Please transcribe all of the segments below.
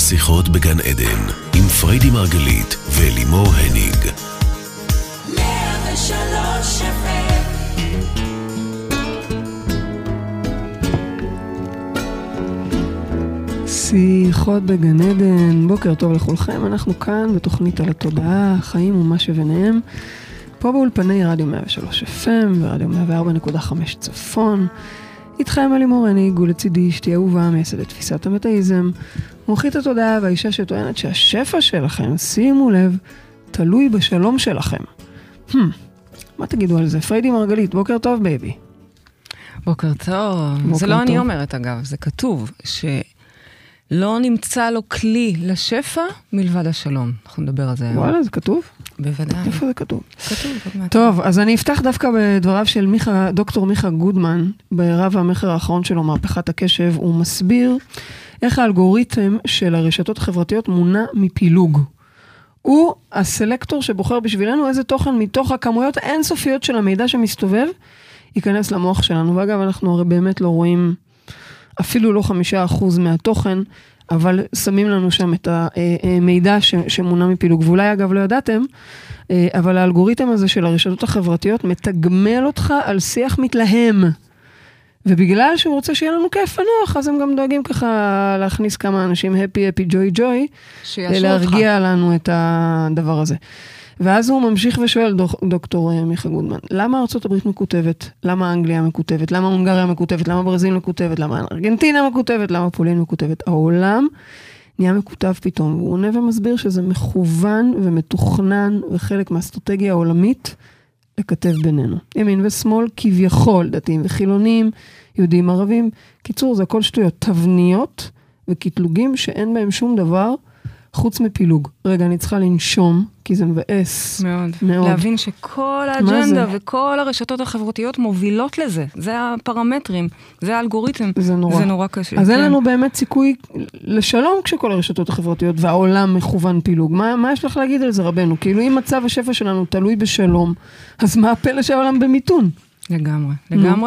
שיחות בגן עדן עם פריידי מרגלית ולימור הניג. 103 שיחות בגן עדן, בוקר טוב לכולכם, אנחנו כאן בתוכנית על התודעה, חיים ומה שביניהם, פה באולפני רדיו 103 FM ורדיו 104.5 צפון. איתכם לימור הניג ולצידי אשתי אהובה, מייסדת תפיסת המטאיזם, מומחית התודעה והאישה שטוענת שהשפע שלכם, שימו לב, תלוי בשלום שלכם. מה תגידו על זה? פריידי מרגלית, בוקר טוב בייבי. בוקר טוב. זה לא אני אומרת אגב, זה כתוב שלא נמצא לו כלי לשפע מלבד השלום. אנחנו נדבר על זה היום. וואלה, זה כתוב? בוודאי. איפה זה כתוב? כתוב. טוב, אז אני אפתח דווקא בדבריו של דוקטור מיכה גודמן, ברב המחר האחרון שלו, מהפכת הקשב, הוא מסביר איך האלגוריתם של הרשתות החברתיות מונע מפילוג. הוא הסלקטור שבוחר בשבילנו איזה תוכן מתוך הכמויות האינסופיות של המידע שמסתובב, ייכנס למוח שלנו. ואגב, אנחנו הרי באמת לא רואים אפילו לא 5% מהתוכן, אבל שמים לנו שם את המידע שמונע מפילוג. ואולי אגב לא ידעתם, אבל האלגוריתם הזה של הרשתות החברתיות מתגמל אותך על שיח מתלהם. ובגלל שהוא רוצה שיהיה לנו כיף ונוח, אז הם גם דואגים ככה להכניס כמה אנשים happy, joy, להרגיע לנו את הדבר הזה. ואז הוא ממשיך ושואל, דוקטור מיכה גודמן, למה ארצות הברית מקוטבת? למה אנגליה מקוטבת? למה הונגריה מקוטבת? למה ברזיל מקוטבת? למה ארגנטינה מקוטבת? למה פולין מקוטבת? העולם נהיה מקוטב פתאום, והוא עונה ומסביר שזה מכוון ומתוכנן וחלק מהאסטרטגיה העולמית לכתב בינינו. ימין ושמאל, כביכול, דתיים וחילונים, יהודים ערבים. קיצור, זה הכל שטויות, תבניות וקטלוגים שאין בהם שום דבר חוץ מפילוג. רגע, אני צריכה לנשום, כי זה מבאס. מאוד. להבין שכל האג'נדה וכל הרשתות החברתיות מובילות לזה. זה הפרמטרים, זה האלגוריתם. זה נורא קשה. אז אין לנו באמת סיכוי לשלום כשכל הרשתות החברתיות והעולם מכוון פילוג. מה יש לך להגיד על זה, רבנו? כאילו אם מצב השפע שלנו תלוי בשלום, אז מה הפלא שהעולם במיתון? לגמרי,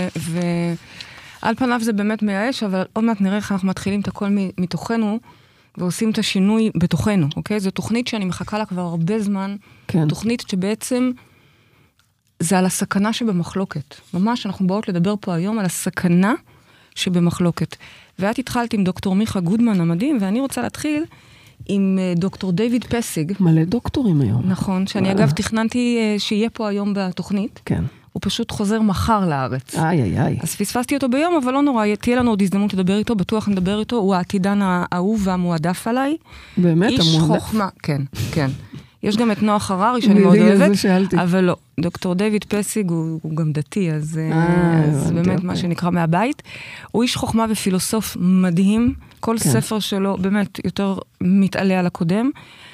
ועל פניו זה באמת מייאש, אבל עוד מעט נראה איך אנחנו מתחילים את הכל מתוכנו, ועושים את השינוי בתוכנו, אוקיי? זו תוכנית שאני מחכה לה כבר הרבה זמן, כן. תוכנית שבעצם זה על הסכנה שבמחלוקת. ממש אנחנו באות לדבר פה היום על הסכנה שבמחלוקת. ואת התחלת עם דוקטור מיכה גודמן המדהים, ואני רוצה להתחיל עם דוקטור דיוויד פסיג. מלא דוקטורים היום. נכון, שאני אגב תכננתי שיהיה פה היום בתוכנית. כן. הוא פשוט חוזר מחר לארץ. איי. אז פספסתי אותו ביום, אבל לא נורא, תהיה לנו עוד הזדמנות לדבר איתו, בטוח נדבר איתו, הוא העתידן האהוב והמועדף עליי. באמת, איש חוכמה, כן. יש גם את נוח הררי, שאני מאוד אוהבת, אבל לא. דוקטור דיוויד פסיג הוא גם דתי, אז באמת מה שנקרא מהבית. הוא איש חוכמה ופילוסוף מדהים, כל ספר שלו באמת יותר מתעלה על הקודם.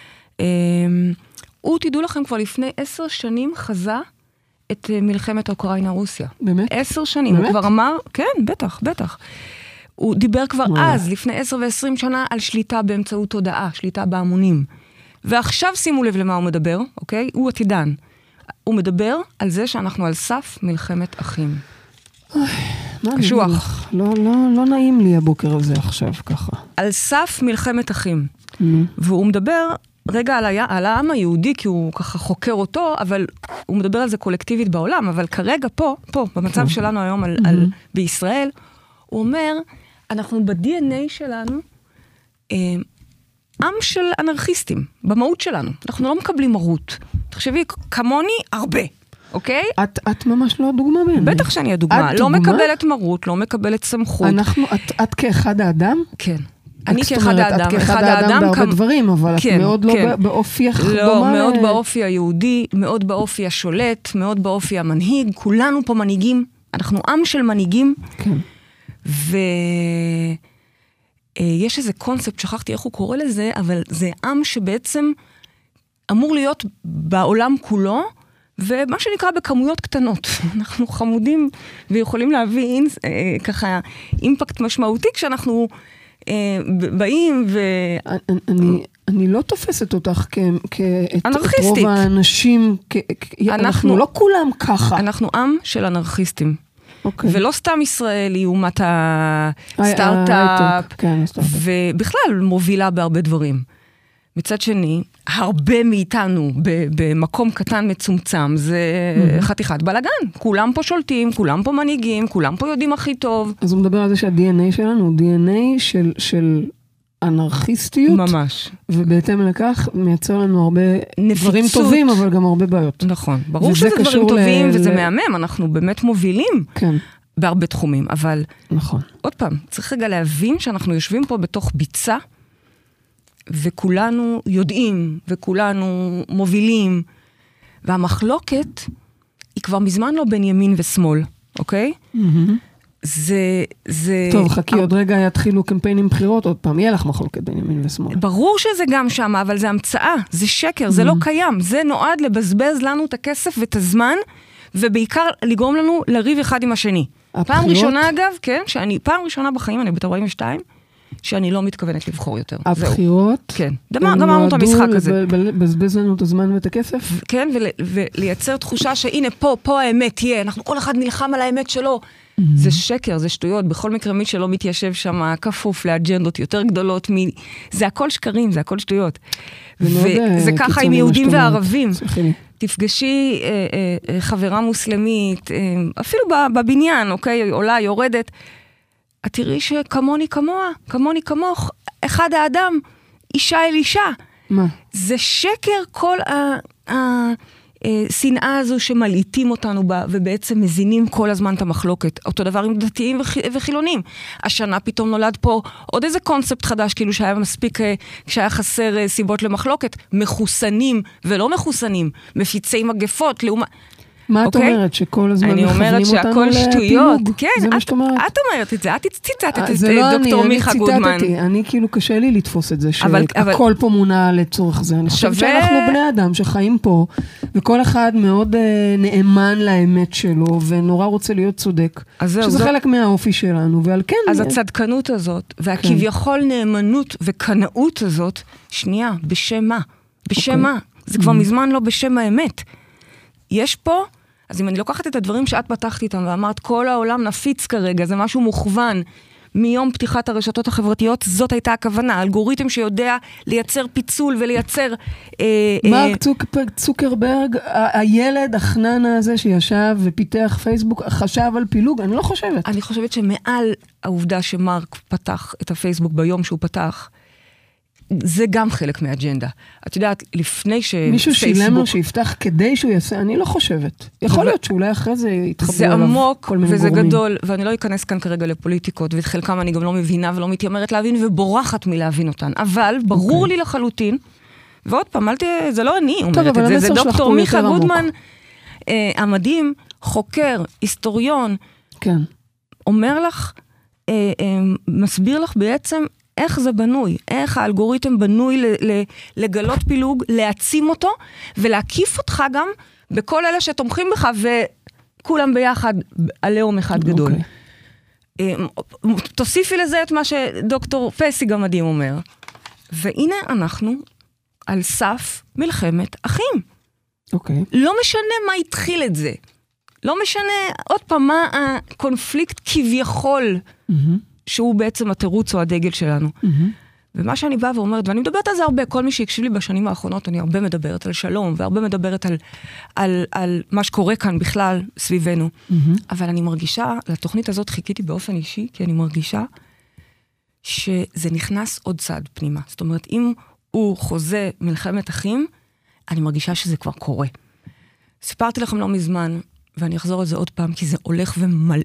הוא, תדעו לכם, כבר לפני 10 שנים חזה את מלחמת אוקראינה-רוסיה. באמת? 10 שנים. באמת? הוא כבר אמר, כן, בטח. הוא דיבר כבר אז, לפני 10 ו-20 שנה, על שליטה באמצעות תודעה, שליטה בהמונים. ועכשיו שימו לב למה הוא מדבר, אוקיי? הוא עתידן. הוא מדבר על זה שאנחנו על סף מלחמת אחים. קשוח. לא נעים לי הבוקר הזה עכשיו ככה. על סף מלחמת אחים. והוא מדבר רגע על העם היהודי, כי הוא ככה חוקר אותו, אבל הוא מדבר על זה קולקטיבית בעולם, אבל כרגע פה, במצב שלנו היום בישראל, הוא אומר, אנחנו ב-DNA שלנו, עם של אנרכיסטים, במהות שלנו. אנחנו לא מקבלים מרות. תחשבי, כמוני הרבה, אוקיי? את ממש לא הדוגמה בעיני. בטח שאני הדוגמה. לא מקבלת מרות, לא מקבלת סמכות. את כאחד האדם? כן. אני כאחד האדם. את כאחד האדם בהרבה דברים, אבל את מאוד לא באופייך דומה. לא, מאוד באופי היהודי, מאוד באופי השולט, מאוד באופי המנהיג. כולנו פה מנהיגים. אנחנו עם של מנהיגים. כן. יש איזה קונספט, שכחתי איך הוא קורא לזה, אבל זה עם שבעצם אמור להיות בעולם כולו, ומה שנקרא בכמויות קטנות. אנחנו חמודים ויכולים להביא ככה אימפקט משמעותי כשאנחנו באים אני לא תופסת אותך אנרכיסטית. רוב האנשים, אנחנו לא כולם ככה. אנחנו עם של אנרכיסטים. ולא סתם ישראל היא אומת הסטארט-אפ, ובכלל מובילה בהרבה דברים. מצד שני, הרבה מאיתנו במקום קטן מצומצם, זה חתיכת בלגן. כולם פה שולטים, כולם פה מנהיגים, כולם פה יודעים הכי טוב. אז הוא מדבר על זה שה-DNA שלנו הוא DNA של אנרכיסטיות. ממש. ובהתאם לכך מייצר לנו הרבה דברים טובים, אבל גם הרבה בעיות. נכון. ברור שזה דברים טובים וזה מהמם, אנחנו באמת מובילים. כן. בהרבה תחומים, אבל... נכון. עוד פעם, צריך רגע להבין שאנחנו יושבים פה בתוך ביצה, וכולנו יודעים, וכולנו מובילים, והמחלוקת היא כבר מזמן לא בין ימין ושמאל, אוקיי? זה... טוב, חכי, עוד רגע יתחילו קמפיינים בחירות, עוד פעם, יהיה לך מחלוקת בין ימין ושמאל. ברור שזה גם שם, אבל זה המצאה, זה שקר, זה לא קיים, זה נועד לבזבז לנו את הכסף ואת הזמן, ובעיקר לגרום לנו לריב אחד עם השני. פעם ראשונה אגב, כן, פעם ראשונה בחיים, אני בת 42, שאני לא מתכוונת לבחור יותר. הבחירות? כן. גמרנו את המשחק הזה. לבזבז לנו את הזמן ואת הכסף? כן, ולייצר תחושה שהנה פה האמת תהיה, אנחנו כל אחד נלחם על האמת שלו. זה שקר, זה שטויות. בכל מקרה מי שלא מתיישב שם כפוף לאג'נדות יותר גדולות, זה הכל שקרים, זה הכל שטויות. וזה ככה עם יהודים וערבים. תפגשי חברה מוסלמית, אפילו בבניין, אוקיי, עולה, יורדת, את תראי שכמוני כמוה, כמוני כמוך, אחד האדם, אישה אל אישה. מה? זה שקר כל השנאה הזו שמלעיטים אותנו בה, ובעצם מזינים כל הזמן את המחלוקת. אותו דבר עם דתיים וחילונים. השנה פתאום נולד פה עוד איזה קונספט חדש, כאילו שהיה מספיק, כשהיה חסר סיבות למחלוקת, מחוסנים ולא מחוסנים, מפיצי מגפות, לעומת... מה את אומרת? שכל הזמן מכוונים אותנו לפילוג? אני אומרת שהכל שטויות. כן, זה מה שאת אומרת? את אומרת את זה, את ציטטת את דוקטור מיכה גודמן. אני כאילו קשה לי לתפוס את זה, שהכל פה מונה לצורך זה. אני חושבת שאנחנו בני אדם שחיים פה, וכל אחד מאוד נאמן לאמת שלו, ונורא רוצה להיות צודק. שזה חלק מהאופי שלנו, ועל כן... אז הצדקנות הזאת, והכביכול נאמנות וקנאות הזאת, שנייה, בשם מה? בשם מה? זה כבר מזמן לא בשם האמת. יש פה, אז אם אני לוקחת את הדברים שאת פתחת איתם ואמרת, כל העולם נפיץ כרגע, זה משהו מוכוון, מיום פתיחת הרשתות החברתיות, זאת הייתה הכוונה, אלגוריתם שיודע לייצר פיצול ולייצר... מרק צוקרברג, הילד החננה הזה שישב ופיתח פייסבוק, חשב על פילוג, אני לא חושבת. אני חושבת שמעל העובדה שמרק פתח את הפייסבוק ביום שהוא פתח, זה גם חלק מהאג'נדה. את יודעת, לפני מישהו שילם לו שיפתח כדי שהוא יעשה, אני לא חושבת. יכול להיות שאולי אחרי זה יתחברו עליו כל מיני גורמים. זה עמוק וזה גדול, ואני לא אכנס כאן כרגע לפוליטיקות, ואת חלקם אני גם לא מבינה ולא מתיימרת להבין, ובורחת מלהבין אותן. אבל ברור לי לחלוטין, ועוד פעם, זה לא אני אומרת את זה, זה דוקטור מיכה גודמן, המדהים, חוקר, היסטוריון, אומר לך, מסביר לך בעצם, איך זה בנוי, איך האלגוריתם בנוי לגלות פילוג, להעצים אותו, ולהקיף אותך גם בכל אלה שתומכים בך, וכולם ביחד עליהם אחד גדול. תוסיפי לזה את מה שדוקטור פסיג המדהים אומר, והנה אנחנו על סף מלחמת אחים. לא משנה מה התחיל את זה, לא משנה עוד פעם מה הקונפליקט כביכול, שהוא בעצם התירוץ או הדגל שלנו. ומה שאני באה ואומרת, ואני מדברת על זה הרבה, כל מי שיקשיב לי בשנים האחרונות, אני הרבה מדברת על שלום, והרבה מדברת על מה שקורה כאן בכלל סביבנו. אבל אני מרגישה, לתוכנית הזאת חיכיתי באופן אישי, כי אני מרגישה שזה נכנס עוד צעד פנימה. זאת אומרת, אם הוא חוזה מלחמת אחים, אני מרגישה שזה כבר קורה. סיפרתי לכם לא מזמן, ואני אחזור על זה עוד פעם, כי זה הולך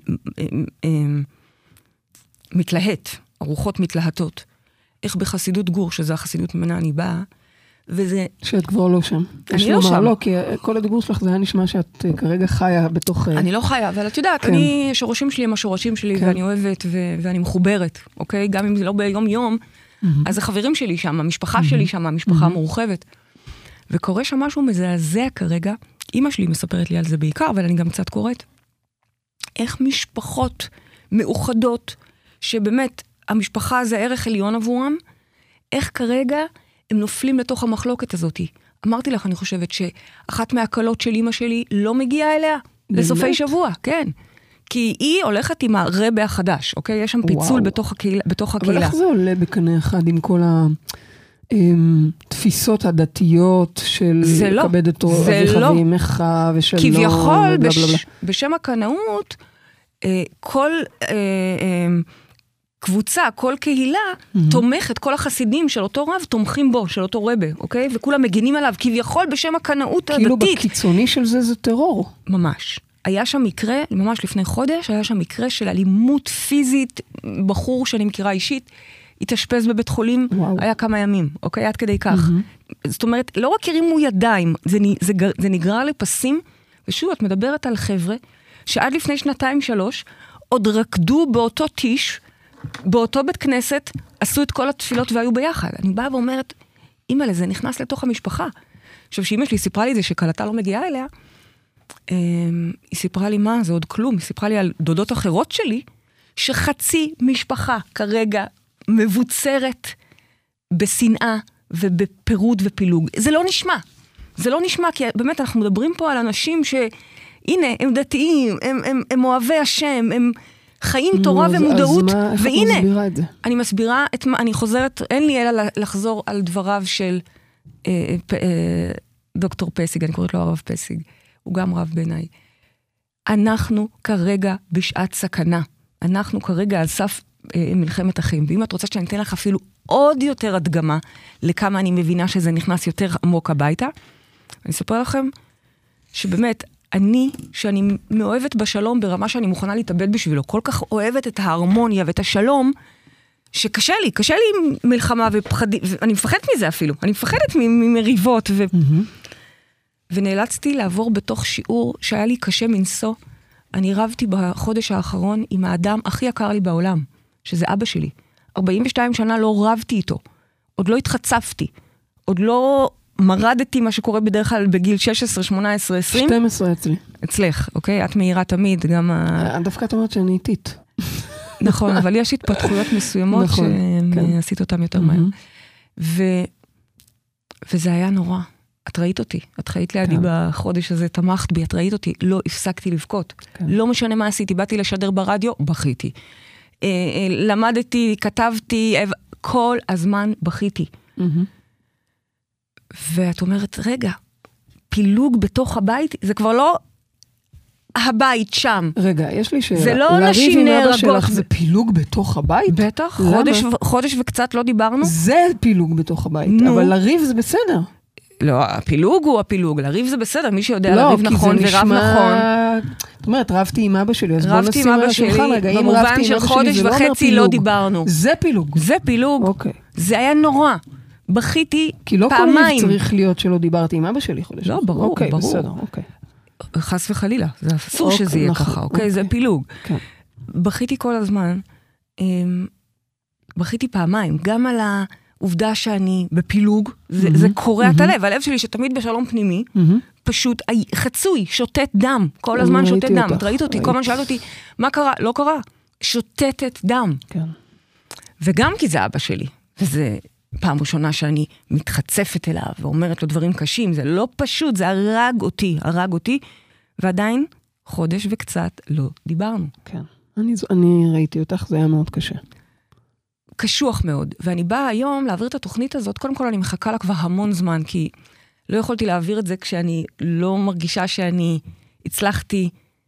מתלהט, הרוחות מתלהטות. איך בחסידות גור, שזה החסידות ממנה אני באה, וזה... שאת כבר לא שם. אני לא שם. לא, כי כל הדיבור שלך זה היה נשמע שאת כרגע חיה בתוך... אני לא חיה, אבל את יודעת, השורשים שלי הם השורשים שלי, ואני אוהבת ואני מחוברת, אוקיי? גם אם זה לא ביום יום, אז החברים שלי שם, המשפחה שלי שם, המשפחה המורחבת. וקורה שם משהו מזעזע כרגע, אמא שלי מספרת לי על זה בעיקר, אבל אני גם קצת קוראת. איך משפחות מאוחדות, שבאמת המשפחה זה ערך עליון עבורם, איך כרגע הם נופלים לתוך המחלוקת הזאת. אמרתי לך, אני חושבת שאחת מהקלות של אמא שלי לא מגיעה אליה, לסופי שבוע, כן. כי היא הולכת עם הרבה החדש, אוקיי? יש שם פיצול בתוך הקהילה. אבל איך זה עולה בקנה אחד עם כל התפיסות הדתיות של כבד את אביך ואימך ושלום? כביכול, בשם הקנאות, כל קבוצה, כל קהילה, תומכת, כל החסידים של אותו רב תומכים בו, של אותו רבה, אוקיי? וכולם מגינים עליו, כביכול בשם הקנאות הדתית. כאילו בקיצוני של זה טרור. ממש. היה שם מקרה, ממש לפני חודש, היה שם מקרה של אלימות פיזית, בחור שאני מכירה אישית, התאשפז בבית חולים, היה כמה ימים, אוקיי? עד כדי כך. זאת אומרת, לא רק הרימו ידיים, זה נגרר לפסים, ושוב, את מדברת על חבר'ה, שעד לפני 2-3, עוד רקדו באותו טיש, באותו בית כנסת, עשו את כל התפילות והיו ביחד. אני באה ואומרת, אמא, זה נכנס לתוך המשפחה. עכשיו, שאמא שלי סיפרה לי זה שקלטה לא מגיעה אליה, היא סיפרה לי מה, זה עוד כלום, היא סיפרה לי על דודות אחרות שלי, שחצי משפחה כרגע מבוצרת בשנאה ובפירוד ופילוג. זה לא נשמע. זה לא נשמע, כי באמת אנחנו מדברים פה על אנשים שהנה, הם דתיים, הם אוהבי השם, הם חיים תורה ומודעות, אז איך את מסבירה את זה? אני מסבירה, אני חוזרת, אין לי אלא לחזור על דבריו של דוקטור פסיג, אני קוראת לו הרב פסיג, הוא גם רב בעיניי. אנחנו כרגע בשעת סכנה, אנחנו כרגע על סף מלחמת אחים, ואם את רוצה שאני אתן לך אפילו עוד יותר הדגמה, לכמה אני מבינה שזה נכנס יותר עמוק הביתה, אני אספר לכם שבאמת, שאני מאוהבת בשלום ברמה שאני מוכנה להתאבד בשבילו, כל כך אוהבת את ההרמוניה ואת השלום, שקשה לי עם מלחמה ואני מפחדת מזה אפילו, אני מפחדת ממריבות ונאלצתי לעבור בתוך שיעור שהיה לי קשה מנסו. אני רבתי בחודש האחרון עם האדם הכי יקר לי בעולם, שזה אבא שלי. 42 שנה לא רבתי איתו, עוד לא התחצפתי, עוד לא מרדתי מה שקורה בדרך כלל בגיל 16, 18, 20. 12 אצלי. אצלך, אוקיי? את מהירה תמיד, גם דווקא את אומרת שאני איטית. נכון, אבל יש התפתחויות מסוימות שעשית אותן יותר מהר. וזה היה נורא. את ראית אותי, את חיית לידי בחודש הזה, תמכת בי, את ראית אותי, לא הפסקתי לבכות. לא משנה מה עשיתי, באתי לשדר ברדיו, בכיתי. למדתי, כתבתי, כל הזמן בכיתי. ואת אומרת, רגע, פילוג בתוך הבית, זה כבר לא הבית שם. רגע, יש לי שאלה. זה לא נשים נהרגות. זה פילוג בתוך הבית? בטח, חודש וקצת לא דיברנו. זה פילוג בתוך הבית, אבל לריב זה בסדר. לא, הפילוג הוא הפילוג, לריב זה בסדר, מי שיודע לריב נכון ורב נכון. זאת אומרת, רבתי עם אבא שלי, אז בוא רבתי נשים עם על אבא שלי, השולחן רגע, אם במובן רבתי של עם אבא חודש שלי, זה לא אומר וחצי לא פילוג. דיברנו. זה פילוג. זה פילוג. אוקיי. זה היה נורא. בכיתי פעמיים. כי לא כל ריב צריך להיות שלא דיברתי עם אבא שלי חודש. לא, ברור, אוקיי, ברור. בסדר, אוקיי. חס וחלילה, זה אסור שזה יהיה ככה, אוקיי? זה פילוג. בכיתי כל הזמן, בכיתי פעמיים, גם על העובדה שאני בפילוג, זה קורע את הלב, הלב שלי שתמיד בשלום פנימי, פשוט חצוי, שוטט דם, כל הזמן שוטט דם, את ראית אותי, כל הזמן שאלת אותי, מה קרה? לא קרה, שוטטת דם. וגם כי זה אבא שלי, וזה פעם ראשונה שאני מתחצפת אליו, ואומרת לו דברים קשים, זה לא פשוט, זה הרג אותי, ועדיין חודש וקצת לא דיברנו. כן, אני ראיתי אותך, זה היה מאוד קשה. קשוח מאוד, ואני באה היום להעביר את התוכנית הזאת, קודם כל אני מחכה לה כבר המון זמן, כי לא יכולתי להעביר את זה כשאני לא מרגישה שאני הצלחתי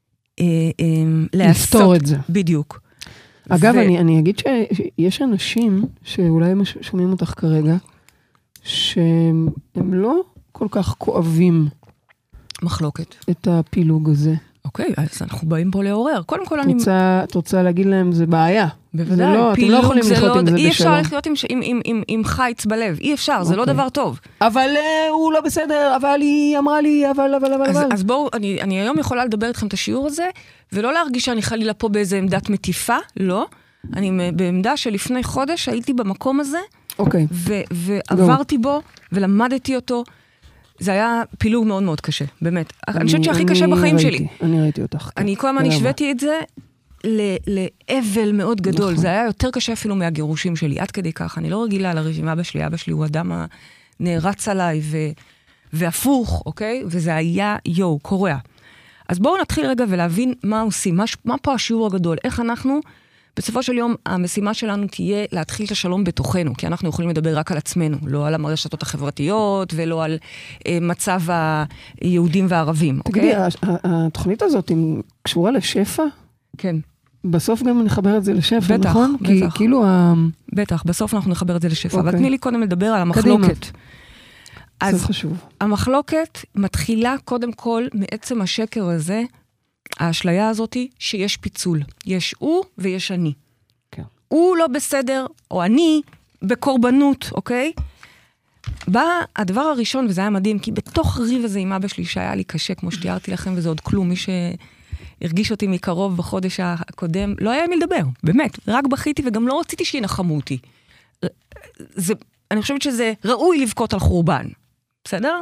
לפתור את זה. בדיוק. אגב, אני אגיד שיש אנשים שאולי הם שומעים אותך כרגע, שהם לא כל כך כואבים מחלוקת. את הפילוג הזה. אוקיי, אז אנחנו באים פה לעורר. קודם כל אני... את רוצה להגיד להם, זה בעיה. בוודאי, אתם לא יכולים לחיות עם זה בשלום. אי אפשר לחיות עם חיץ בלב, אי אפשר, זה לא דבר טוב. אבל הוא לא בסדר, אבל היא אמרה לי, אבל. אז בואו, אני היום יכולה לדבר איתכם את השיעור הזה, ולא להרגיש שאני חלילה פה באיזה עמדת מטיפה, לא. אני בעמדה שלפני חודש הייתי במקום הזה, ועברתי בו, ולמדתי אותו. זה היה פילוג מאוד מאוד קשה, באמת. אני חושבת שהכי קשה בחיים שלי. אני ראיתי אותך. אני כל הזמן השוויתי את זה לאבל מאוד גדול. זה היה יותר קשה אפילו מהגירושים שלי, עד כדי כך. אני לא רגילה לריב עם אבא שלי. אבא שלי הוא אדם הנערץ עליי, והפוך, אוקיי? וזה היה, קורע. אז בואו נתחיל רגע ולהבין מה עושים, מה פה השיעור הגדול, איך אנחנו, בסופו של יום, המשימה שלנו תהיה להתחיל את השלום בתוכנו, כי אנחנו יכולים לדבר רק על עצמנו, לא על הרשתות החברתיות, ולא על מצב היהודים והערבים. תגידי, התוכנית הזאת קשורה לשפע? כן. בסוף גם נחבר את זה לשפע, בטח, נכון? בטח. כי כאילו בטח, בסוף אנחנו נחבר את זה לשפע. אוקיי. אבל תני לי קודם לדבר על המחלוקת. זה חשוב. המחלוקת מתחילה קודם כל מעצם השקר הזה, האשליה הזאת שיש פיצול. יש הוא ויש אני. כן. הוא לא בסדר, או אני בקורבנות, אוקיי? בא הדבר הראשון, וזה היה מדהים, כי בתוך הריב הזה עם אבא שלי, שהיה לי קשה, כמו שתיארתי לכם, וזה עוד כלום, מי שהרגיש אותי מקרוב בחודש הקודם, לא היה מי לדבר, באמת, רק בכיתי, וגם לא רציתי שינחמו אותי. אני חושבת שזה ראוי לבכות על חורבן, בסדר?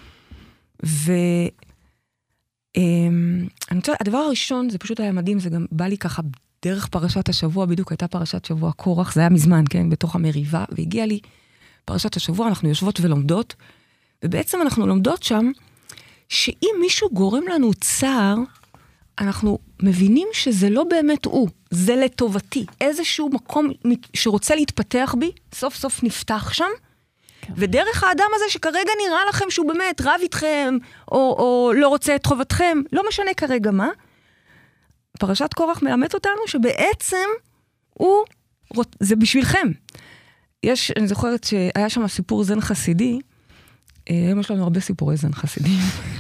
אני חושבת, הדבר הראשון, זה פשוט היה מדהים, זה גם בא לי ככה דרך פרשת השבוע, בדיוק הייתה פרשת שבוע קורח, זה היה מזמן, כן, בתוך המריבה, והגיע לי פרשת השבוע, אנחנו יושבות ולומדות, ובעצם אנחנו לומדות שם, שאם מישהו גורם לנו צער, אנחנו מבינים שזה לא באמת הוא, זה לטובתי. איזשהו מקום שרוצה להתפתח בי, סוף סוף נפתח שם, כן. ודרך האדם הזה שכרגע נראה לכם שהוא באמת רב איתכם, או לא רוצה את חובתכם, לא משנה כרגע מה, פרשת קורח מלמד אותנו שבעצם זה בשבילכם. אני זוכרת שהיה שם סיפור זן חסידי, היום יש לנו הרבה סיפורי זן חסידי,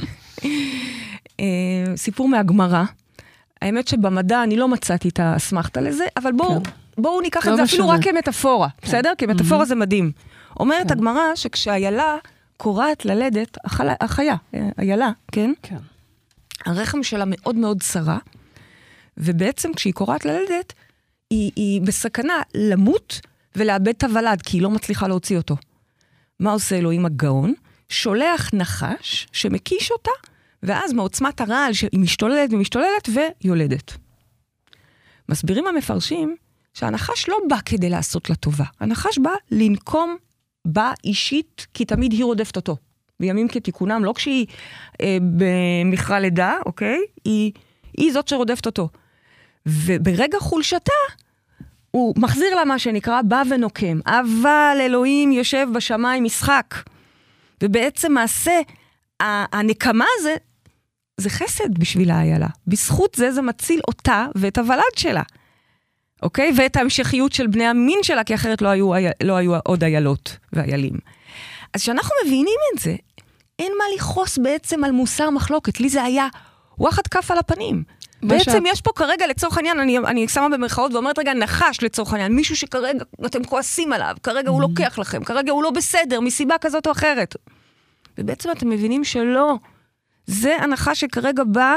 סיפור מהגמרא, האמת שבמדע אני לא מצאתי את האסמכתה לזה, אבל בואו ניקח את זה אפילו רק כמטאפורה, בסדר? כי מטאפורה זה מדהים. אומרת הגמרא שכשהילה קוראת ללדת, החיה, הילה, כן? כן. הרחם שלה מאוד מאוד צרה, ובעצם כשהיא קוראת ללדת, היא בסכנה למות ולאבד את הוולד, כי היא לא מצליחה להוציא אותו. מה עושה אלוהים הגאון? שולח נחש שמקיש אותה, ואז מעוצמת הרעל שהיא משתוללת ומשתוללת ויולדת. מסבירים המפרשים שהנחש לא בא כדי לעשות לה טובה. הנחש בא לנקום בה אישית, כי תמיד היא רודפת אותו. בימים כתיקונם, לא כשהיא במכרה לידה, אוקיי? היא זאת שרודפת אותו. וברגע חולשתה, הוא מחזיר לה מה שנקרא, בא ונוקם. אבל אלוהים יושב בשמיים משחק. ובעצם מעשה, הנקמה הזה, זה חסד בשביל האיילה. בזכות זה מציל אותה ואת הוולד שלה. אוקיי? ואת ההמשכיות של בני המין שלה, כי אחרת לא היו עוד איילות ואיילים. אז כשאנחנו מבינים את זה, אין מה לכעוס בעצם על מוסר מחלוקת. לי זה היה וואחד כף על הפנים. בעצם יש פה כרגע, לצורך העניין, אני שמה במרכאות ואומרת רגע, נחש לצורך העניין, מישהו שכרגע אתם כועסים עליו, כרגע הוא לוקח לכם, כרגע הוא לא בסדר, מסיבה כזאת או אחרת. ובעצם אתם מבינים שלא. זה הנחש שכרגע בא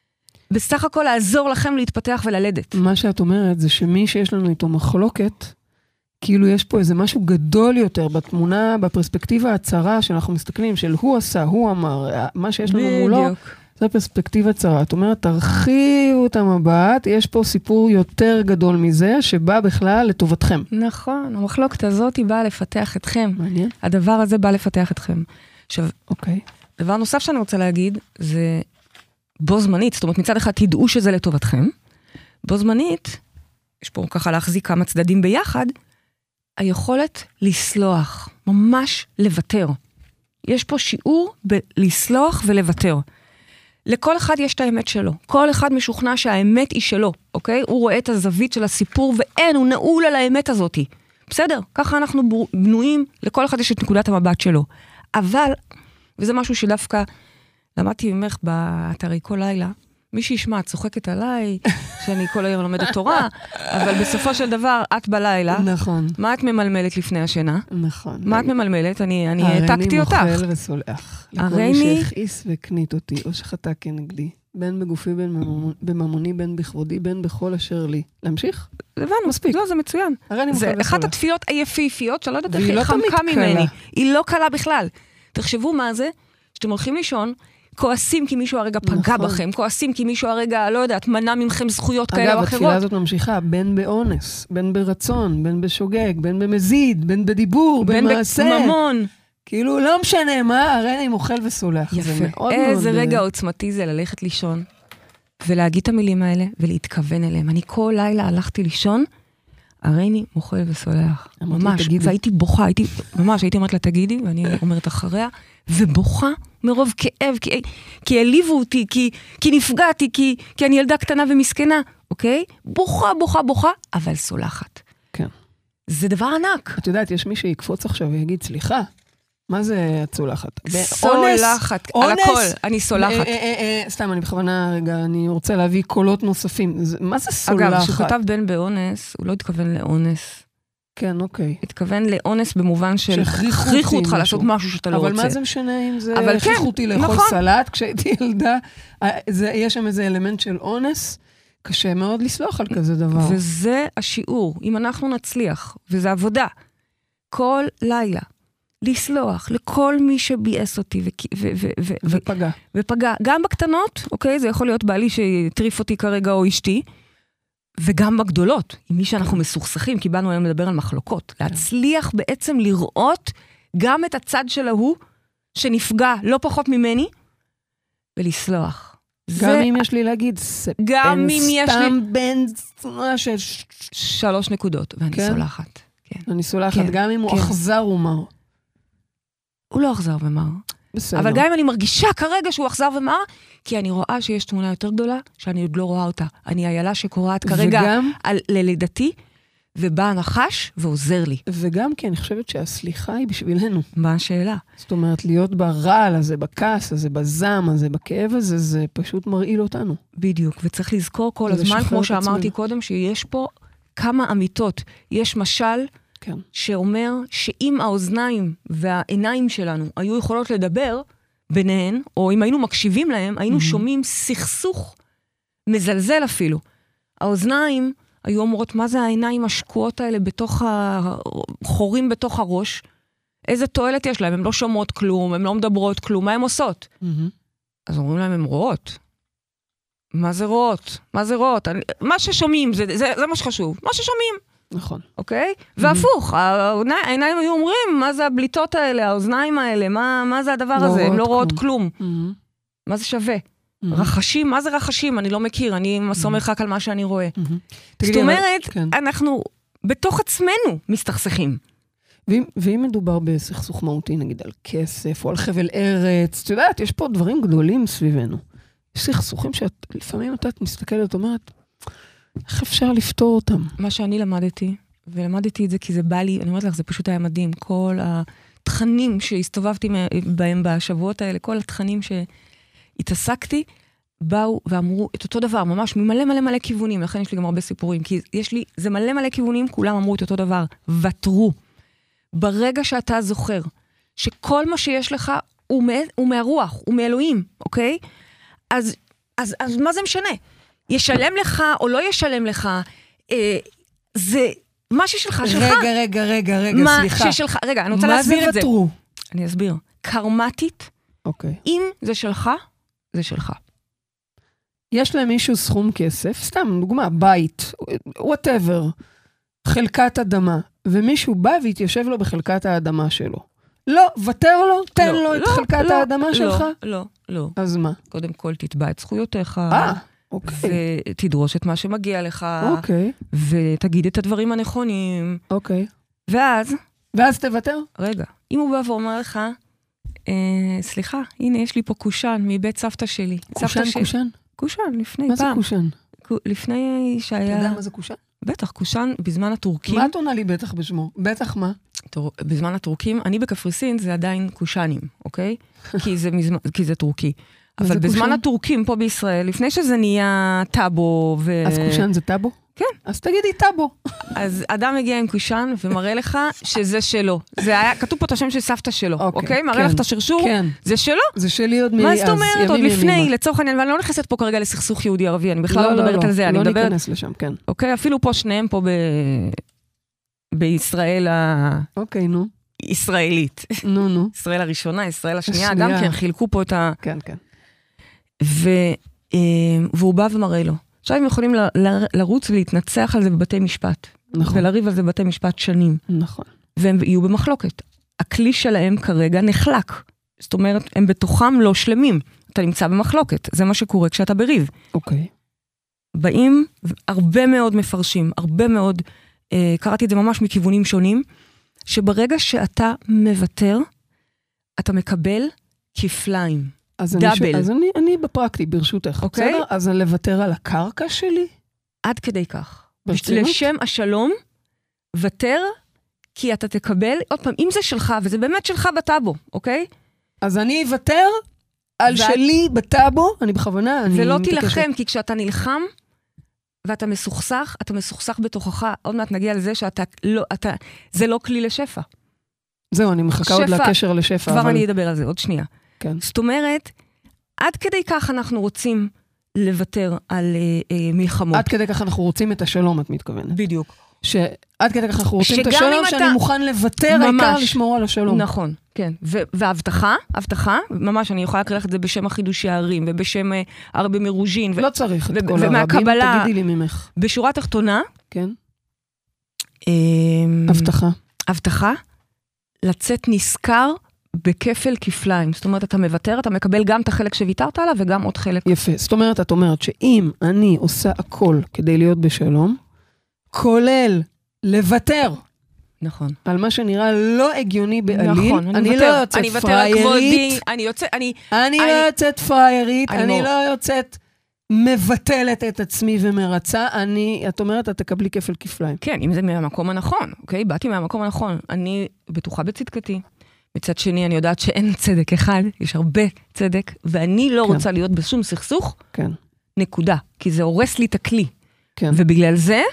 בסך הכל לעזור לכם להתפתח וללדת. מה שאת אומרת זה שמי שיש לנו איתו מחלוקת, כאילו יש פה איזה משהו גדול יותר בתמונה, בפרספקטיבה הצרה שאנחנו מסתכלים, של הוא עשה, הוא אמר, מה שיש לנו מולו, זה פרספקטיבה צרה. את אומרת, תרחיבו את המבט, יש פה סיפור יותר גדול מזה, שבא בכלל לטובתכם. נכון, המחלוקת הזאת היא באה לפתח אתכם. מעניין. הדבר הזה בא לפתח אתכם. עכשיו, אוקיי. דבר נוסף שאני רוצה להגיד, זה בו זמנית, זאת אומרת, מצד אחד תדעו שזה לטובתכם, בו זמנית, יש פה ככה להחזיק כמה צדדים ביחד, היכולת לסלוח, ממש לוותר. יש פה שיעור בלסלוח ולוותר. לכל אחד יש את האמת שלו. כל אחד משוכנע שהאמת היא שלו, אוקיי? הוא רואה את הזווית של הסיפור, ואין, הוא נעול על האמת הזאת. בסדר, ככה אנחנו בנויים, לכל אחד יש את נקודת המבט שלו. אבל, וזה משהו שדווקא למדתי ממך באתרי כל לילה, מי שישמע, את צוחקת עליי, שאני כל היום לומדת תורה, אבל בסופו של דבר, את בלילה, נכון. מה את ממלמלת לפני השינה? נכון. מה את ממלמלת? אני העתקתי אותך. הריני מוכל וסולח. לכל מי שהכעיס וקנית אותי, או שחטא כנגדי, בין בגופי, בין בממוני, בין בכבודי, בין בכל אשר לי. להמשיך? הבנו, מספיק. לא, זה מצוין. הריני מוכל וסולח. זה אחת התפילות היפיפיות, שלא יודעת איך היא חמקה ממני. היא לא קלה בכלל. תחשבו מה זה, שאתם הולכים לישון, כועסים כי מישהו הרגע פגע בכם, כועסים כי מישהו הרגע, לא יודעת, מנע ממכם זכויות כאלה או אחרות. אגב, התפילה הזאת ממשיכה, בין באונס, בין ברצון, בין בשוגג, בין במזיד, בין בדיבור, בין מעשה. בין בממון. כאילו, לא משנה מה, הרי אני מוכל וסולח. יפה. איזה רגע עוצמתי זה ללכת לישון, ולהגיד את המילים האלה, ולהתכוון אליהם. אני כל לילה הלכתי לישון, הרי אני מוכל וסולח. ממש, והייתי בוכה, הייתי אומרת לה, תגידי, ואני אומרת אחריה, ובוכה מרוב כאב, כי העליבו אותי, כי נפגעתי, כי אני ילדה קטנה ומסכנה, אוקיי? בוכה, אבל סולחת. כן. זה דבר ענק. את יודעת, יש מי שיקפוץ עכשיו ויגיד, סליחה, מה זה את סולחת? סולחת, על הכל, אני סולחת. סתם, אני בכוונה רגע, אני רוצה להביא קולות נוספים. מה זה סולחת? אגב, שכתב בן באונס, הוא לא התכוון לאונס. כן, אוקיי. התכוון לאונס במובן של הכריחו אותך לעשות משהו שאתה לא רוצה. אבל מה זה משנה אם זה הכריחו אותי לאכול סלט, כשהייתי ילדה, יש שם איזה אלמנט של אונס, קשה מאוד לסלוח על כזה דבר. וזה השיעור, אם אנחנו נצליח, וזה עבודה, כל לילה, לסלוח לכל מי שביאס אותי ופגע. גם בקטנות, אוקיי? זה יכול להיות בעלי שטריף אותי כרגע או אשתי, וגם בגדולות, עם מי שאנחנו מסוכסכים, כי באנו היום לדבר על מחלוקות. להצליח בעצם לראות גם את הצד של ההוא, שנפגע לא פחות ממני, ולסלוח. גם אם יש לי להגיד, גם אם יש לי... בין 3 נקודות, ואני סולחת. אני סולחת, גם אם הוא אכזר ומר. הוא לא אכזר ומר. בסדר. אבל גם אם אני מרגישה כרגע שהוא אכזר ומר, כי אני רואה שיש תמונה יותר גדולה, שאני עוד לא רואה אותה. אני איילה שקוראת כרגע על ללידתי, ובא נחש ועוזר לי. וגם כי אני חושבת שהסליחה היא בשבילנו. מה השאלה? זאת אומרת, להיות ברעל הזה, בכעס הזה, בזעם הזה, בכאב הזה, זה פשוט מרעיל אותנו. בדיוק, וצריך לזכור כל הזמן, כמו שאמרתי קודם, שיש פה כמה אמיתות. יש משל כן. שאומר שאם האוזניים והעיניים שלנו היו יכולות לדבר ביניהן, או אם היינו מקשיבים להם, היינו שומעים סכסוך מזלזל אפילו. האוזניים היו אומרות, מה זה העיניים השקועות האלה בתוך החורים בתוך הראש? איזה תועלת יש להם? הן לא שומעות כלום, הן לא מדברות כלום, מה הן עושות? אז אומרים להם, הן רואות. מה זה רואות? מה זה רואות? מה ששומעים, זה מה שחשוב. מה ששומעים. נכון. אוקיי? והפוך, העיניים היו אומרים, מה זה הבליטות האלה, האוזניים האלה, מה זה הדבר הזה? הן לא רואות כלום. מה זה שווה? רחשים? מה זה רחשים? אני לא מכיר, אני סומך רק על מה שאני רואה. זאת אומרת, אנחנו בתוך עצמנו מסתכסכים. ואם מדובר בסכסוך מהותי, נגיד על כסף או על חבל ארץ, את יודעת, יש פה דברים גדולים סביבנו. יש סכסוכים שלפעמים אתה מסתכלת, אומרת, איך אפשר לפתור אותם? מה שאני למדתי, ולמדתי את זה כי זה בא לי, אני אומרת לך, זה פשוט היה מדהים, כל התכנים שהסתובבתי בהם בשבועות האלה, כל התכנים שהתעסקתי, באו ואמרו את אותו דבר, ממש ממלא מלא מלא כיוונים, לכן יש לי גם הרבה סיפורים, כי יש לי, זה מלא מלא כיוונים, כולם אמרו את אותו דבר, ותרו. ברגע שאתה זוכר, שכל מה שיש לך הוא מהרוח, הוא מאלוהים, אוקיי? אז מה זה משנה? ישלם לך או לא ישלם לך, זה מה ששלך, שלך. רגע, סליחה. מה ששלך, רגע, אני רוצה להסביר את זה. מה זה ותרו? אני אסביר. קרמטית, אם זה שלך, זה שלך. יש להם מישהו סכום כסף, סתם דוגמה, בית, whatever, חלקת אדמה, ומישהו בא והתיישב לו בחלקת האדמה שלו. לא, ותר לו, תן לו את חלקת האדמה שלך. לא. אז מה? קודם כל תתבע את זכויותיך. אוקיי. ותדרוש את מה שמגיע לך. אוקיי. ותגיד את הדברים הנכונים. אוקיי. ואז תוותר? רגע, אם הוא בא ואומר לך, סליחה, הנה יש לי פה קושן מבית סבתא שלי. קושן? קושן, לפני פעם. מה זה קושן? לפני שהיה... אתה יודע מה זה קושן? בטח, קושן בזמן הטורקים. מה את עונה לי בטח בשמו? בטח מה? בזמן הטורקים, אני בקפריסין זה עדיין קושנים, אוקיי? כי זה טורקי. אבל בזמן הטורקים פה בישראל, לפני שזה נהיה טאבו אז קושן זה טאבו? כן. אז תגידי טאבו. אז אדם מגיע עם קושן ומראה לך שזה שלו. זה היה, כתוב פה את השם של סבתא שלו, אוקיי? מראה לך את השרשור, זה שלו? זה שלי עוד מה זאת אומרת? עוד לפני, לצורך העניין, ואני לא נכנסת פה כרגע לסכסוך יהודי-ערבי, אני בכלל לא מדברת על זה, אני מדברת... לא ניכנס לשם, כן. אוקיי, אפילו פה שניהם פה בישראל אוקיי, נו. ישראלית. נו. ישראל הראשונה, ישראל השנייה, גם כן חילקו פה את ה... כן. והוא בא ומראה לו. עכשיו הם יכולים לרוץ ולהתנצח על זה בבתי משפט. נכון. ולריב על זה בבתי משפט שנים. נכון. והם יהיו במחלוקת. הכלי שלהם כרגע נחלק. זאת אומרת, הם בתוכם לא שלמים. אתה נמצא במחלוקת. זה מה שקורה כשאתה בריב. אוקיי. באים הרבה מאוד מפרשים, הרבה מאוד, קראתי את זה ממש מכיוונים שונים, שברגע שאתה מוותר, אתה מקבל כפליים, דאבל. אז אני בפרקטי, ברשותך. אוקיי? בסדר? אז לוותר על הקרקע שלי? עד כדי כך. ברצינות? לשם השלום, ותר, כי אתה תקבל, עוד פעם, אם זה שלך, וזה באמת שלך בטאבו, אוקיי? אז אני אוותר על שלי בטאבו, אני בכוונה, אני ולא מתעקשת. תילחם, כי כשאתה נלחם, ואתה מסוכסך, אתה מסוכסך בתוכך, עוד מעט נגיע לזה שאתה לא, זה לא כלי לשפע. זהו, אני מחכה עוד לקשר לשפע. כבר אני אדבר על זה, עוד שנייה. כן. זאת אומרת, עד כדי כך אנחנו רוצים לוותר על מלחמות. עד כדי כך אנחנו רוצים את השלום, את מתכוונת. בדיוק. שעד כדי כך אנחנו רוצים את השלום, שאני מוכן לוותר, העיקר לשמור על השלום. נכון, כן. וההבטחה, ממש אני יכולה לקרוא לך את זה בשם החידושי הערים, ובשם הרבי מרוז'ין. לא צריך את כל הרבים, תגידי לי ממך. בשורה תחתונה. כן. הבטחה, לצאת נזכר בכפל כפליים. זאת אומרת, אתה מוותר, אתה מקבל גם את החלק שוויתרת עליו, וגם עוד חלק. יפה. זאת אומרת, את אומרת שאם אני עושה הכל כדי להיות בשלום, כולל לוותר. נכון. על מה שנראה לא הגיוני בעליל. נכון, אני לא יוצאת פריירית. אני לא יוצאת פריירית, אני לא יוצאת מבטלת את עצמי ומרצה. את אומרת, את תקבלי כפל כפליים. כן, אם זה מהמקום הנכון, אוקיי? באתי מהמקום הנכון. אני בטוחה בצדקתי. מצד שני, אני יודעת שאין צדק אחד, יש הרבה צדק, ואני לא רוצה להיות בשום סכסוך. כן. נקודה. כי זה הורס לי את הכלי. כן. ובגלל זה,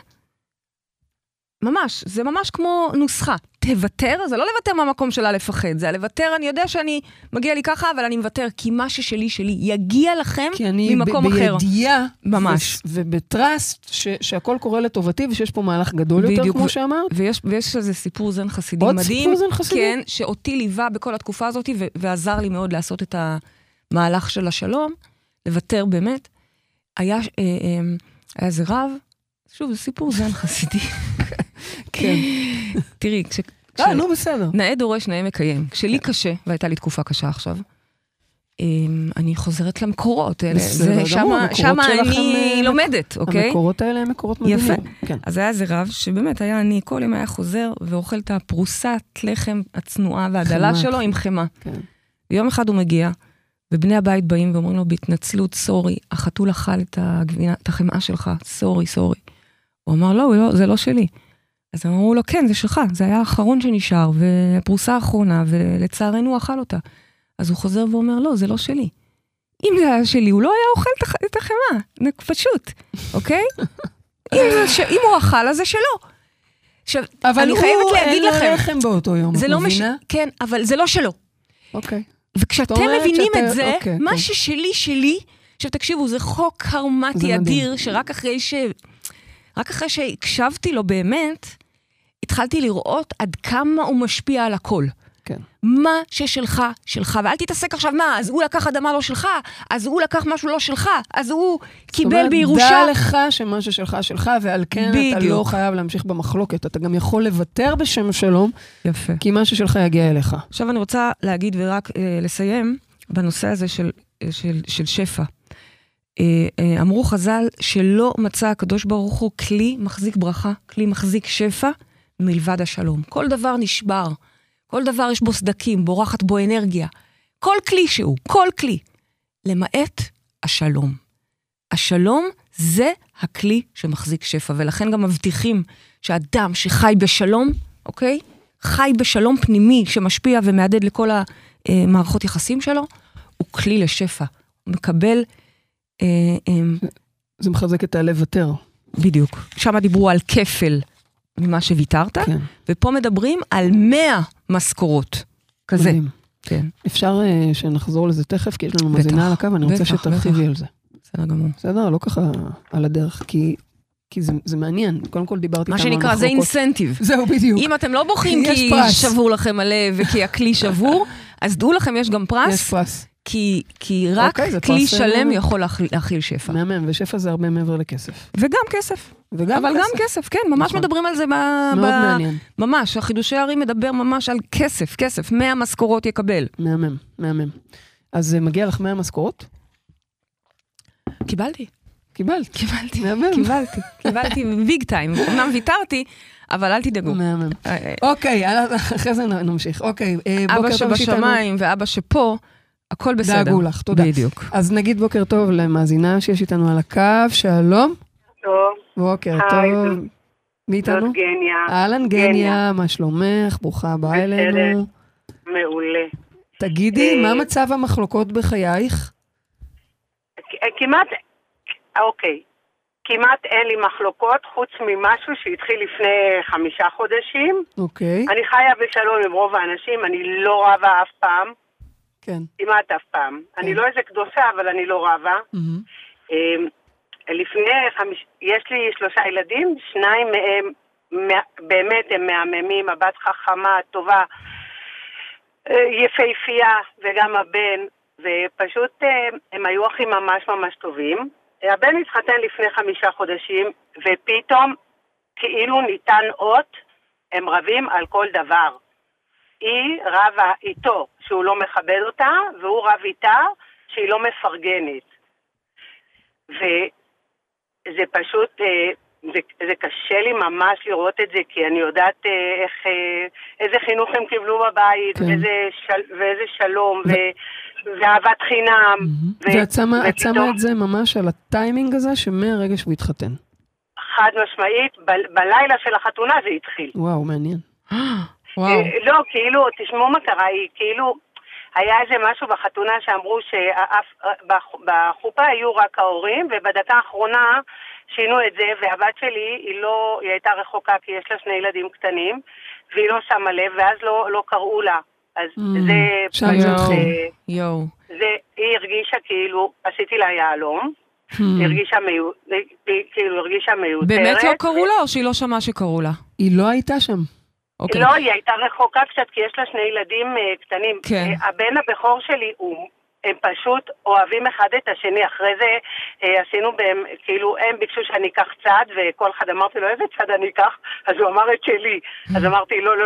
ממש, זה ממש כמו נוסחה. תוותר, זה לא לוותר מהמקום שלה לפחד, זה לוותר, אני יודע שאני מגיע לי ככה, אבל אני מוותר, כי מה ששלי יגיע לכם ממקום אחר. כי אני בידיעה, ממש. ובטרסט, שהכל קורה לטובתי, ושיש פה מהלך גדול יותר, כמו שאמרת. ויש איזה סיפור זן חסידי עוד מדהים. סיפור זן חסידי? כן, שאותי ליווה בכל התקופה הזאת, ועזר לי מאוד לעשות את המהלך של השלום, לוותר באמת. היה איזה רב, שוב, זה סיפור זן חסידי. כן. תראי, לא בסדר. נאה דורש, נאה מקיים. כשלי קשה, והייתה לי תקופה קשה עכשיו, אני חוזרת למקורות. שם אני לומדת, אוקיי? המקורות האלה הם מקורות מדהימים. יפה. אז היה איזה רב, שבאמת היה אני, כל יום היה חוזר, ואוכל את הפרוסת לחם הצנועה והדלה שלו עם חמה. ויום אחד הוא מגיע, ובני הבית באים ואומרים לו, בהתנצלות, סורי, החתול אכל את החמאה שלך, סורי. הוא אמר, לא, זה לא שלי. אז הם אמרו לו, כן, זה שלך, זה היה האחרון שנשאר, והפרוסה האחרונה, ולצערנו הוא אכל אותה. אז הוא חוזר ואומר, לא, זה לא שלי. אם זה היה שלי, הוא לא היה אוכל את החמאה, פשוט, אוקיי? אם הוא אכל, אז זה שלו. עכשיו, אני חייבת להגיד לכם, אבל הוא אין לחם באותו יום, את מבינה? כן, אבל זה לא שלו. אוקיי. וכשאתם מבינים את זה, מה ששלי, עכשיו תקשיבו, זה חוק קרמטי אדיר, שרק אחרי שהקשבתי לו באמת, התחלתי לראות עד כמה הוא משפיע על הכל. כן. מה ששלך, שלך, ואל תתעסק עכשיו, מה, אז הוא לקח אדמה לא שלך, אז הוא לקח משהו לא שלך, אז הוא קיבל בירושה. דע לך שמה ששלך, שלך, ועל כן אתה לא חייב להמשיך במחלוקת, אתה גם יכול לוותר בשם השלום, יפה. כי מה ששלך יגיע אליך. עכשיו אני רוצה להגיד ורק לסיים בנושא הזה של שפע. אמרו חז"ל שלא מצא הקדוש ברוך הוא כלי מחזיק ברכה, כלי מחזיק שפע, מלבד השלום. כל דבר נשבר, כל דבר יש בו סדקים, בורחת בו אנרגיה. כל כלי שהוא, כל כלי. למעט השלום. השלום זה הכלי שמחזיק שפע, ולכן גם מבטיחים שאדם שחי בשלום, אוקיי? חי בשלום פנימי שמשפיע ומעדד לכל המערכות יחסים שלו, הוא כלי לשפע. הוא מקבל זה מחזק את הלוותר. בדיוק. שם דיברו על כפל ממה שוויתרת, כן. ופה מדברים על 100 משכורות. כזה. מדהים. כן. אפשר שנחזור לזה תכף, כי יש לנו מזינה על הקו, אני רוצה שתרחיבי על זה. בסדר גמור. בסדר, לא ככה על הדרך, כי זה מעניין. קודם כל דיברתי מה שנקרא, זה אינסנטיב. זהו, בדיוק. אם אתם לא בוכים כי שבור לכם הלב וכי הכלי שבור, אז דעו לכם, יש גם פרס. יש פרס. כי רק כלי שלם יכול להכיל שפע. מהמם, ושפע זה הרבה מעבר לכסף. וגם כסף. אבל גם כסף, כן, ממש מדברים על זה. מאוד מעניין. ממש, החידושי הערים מדבר ממש על כסף, 100 משכורות יקבל. מהמם. אז מגיע לך 100 משכורות? קיבלתי. קיבלתי ביג טיים. אמנם ויתרתי, אבל אל תדאגו. מהמם. אוקיי, אחרי זה נמשיך. אוקיי, אבא שבשמיים ואבא שפה, הכל בסדר. דאגו לך, תודה. בדיוק. אז נגיד בוקר טוב למאזינה שיש איתנו על הקו, שלום. טוב. בוקר טוב. מי איתנו? זאת גניה. אהלן גניה, מה שלומך? ברוכה הבאה אלינו. מעולה. תגידי, מה מצב המחלוקות בחייך? כמעט אין לי מחלוקות, חוץ ממשהו שהתחיל לפני 5 חודשים. אוקיי. אני חיה בשלום עם רוב האנשים, אני לא רבה אף פעם. כן. כמעט אף פעם. אני לא איזה קדושה, אבל אני לא רבה. יש לי 3 ילדים, 2 מהם באמת הם מהממים, הבת חכמה, טובה, יפהפייה, וגם הבן, ופשוט הם היו אחים ממש ממש טובים. הבן התחתן לפני 5 חודשים, ופתאום כאילו ניתן אות, הם רבים על כל דבר. היא רבה איתו שהוא לא מכבד אותה, והוא רב איתה שהיא לא מפרגנת. וזה פשוט, זה קשה לי ממש לראות את זה, כי אני יודעת איזה חינוך הם קיבלו בבית, ואיזה שלום, ואהבת חינם. ואת שמה את זה ממש על הטיימינג הזה, שמהרגע שהוא התחתן. חד משמעית, בלילה של החתונה זה התחיל. וואו, מעניין. לא, כאילו, תשמעו מה קרה, כאילו, היה איזה משהו בחתונה שאמרו שבחופה היו רק ההורים, ובדקה האחרונה שינו את זה, והבת שלי, היא הייתה רחוקה, כי יש לה 2 ילדים קטנים, והיא לא שמה לב, ואז לא קראו לה. אז היא הרגישה כאילו, עשיתי לה יעלום, היא הרגישה מיותרת. באמת לא קראו לה, או שהיא לא שמעה שקראו לה? היא לא הייתה שם. לא, היא הייתה רחוקה קצת, כי יש לה 2 ילדים קטנים. הבן הבכור שלי, הם פשוט אוהבים אחד את השני. אחרי זה עשינו בהם, כאילו הם ביקשו שאני אקח צד, וכל אחד אמרתי לו, איזה צד אני אקח? אז הוא אמר את שלי. אז אמרתי, לא.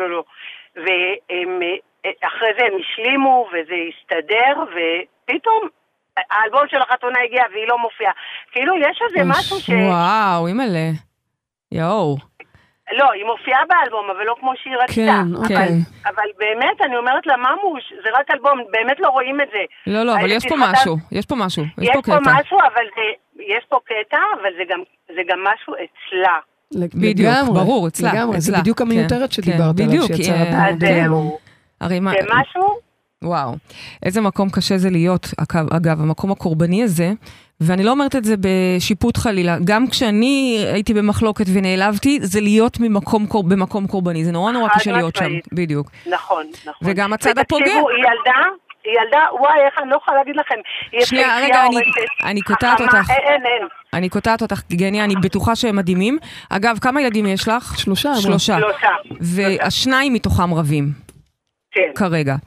ואחרי זה הם השלימו, וזה הסתדר, ופתאום האלבום של החתונה הגיע, והיא לא מופיעה. כאילו יש איזה משהו וואו, אימאלה. יאו. לא, היא מופיעה באלבום, אבל לא כמו שהיא רצתה. כן, אוקיי. אבל באמת, אני אומרת לה, ממוש, זה רק אלבום, באמת לא רואים את זה. לא, אבל יש פה משהו, יש פה משהו. יש פה משהו, אבל יש פה קטע, אבל זה גם משהו אצלה. בדיוק, ברור, אצלה. זה בדיוק המיותרת שדיברת עליו, שיצרה בדיוק. זה משהו? וואו, איזה מקום קשה זה להיות, אגב, המקום הקורבני הזה, ואני לא אומרת את זה בשיפוט חלילה, גם כשאני הייתי במחלוקת ונעלבתי, זה להיות במקום קורבני, זה נורא קשה להיות שם, בדיוק. נכון. וגם הצד הפוגע. ותקשיבו, היא ילדה, וואי, איך אני לא יכולה להגיד לכם. שנייה, רגע, אני קוטעת אותך. אין. אני קוטעת אותך, גניה, אני בטוחה שהם מדהימים. אגב, כמה ילדים יש לך? 3. והשניים מתוכם רבים. כן. כרגע.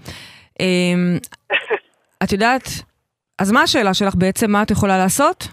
את יודעת, אז מה השאלה שלך בעצם? מה את יכולה לעשות?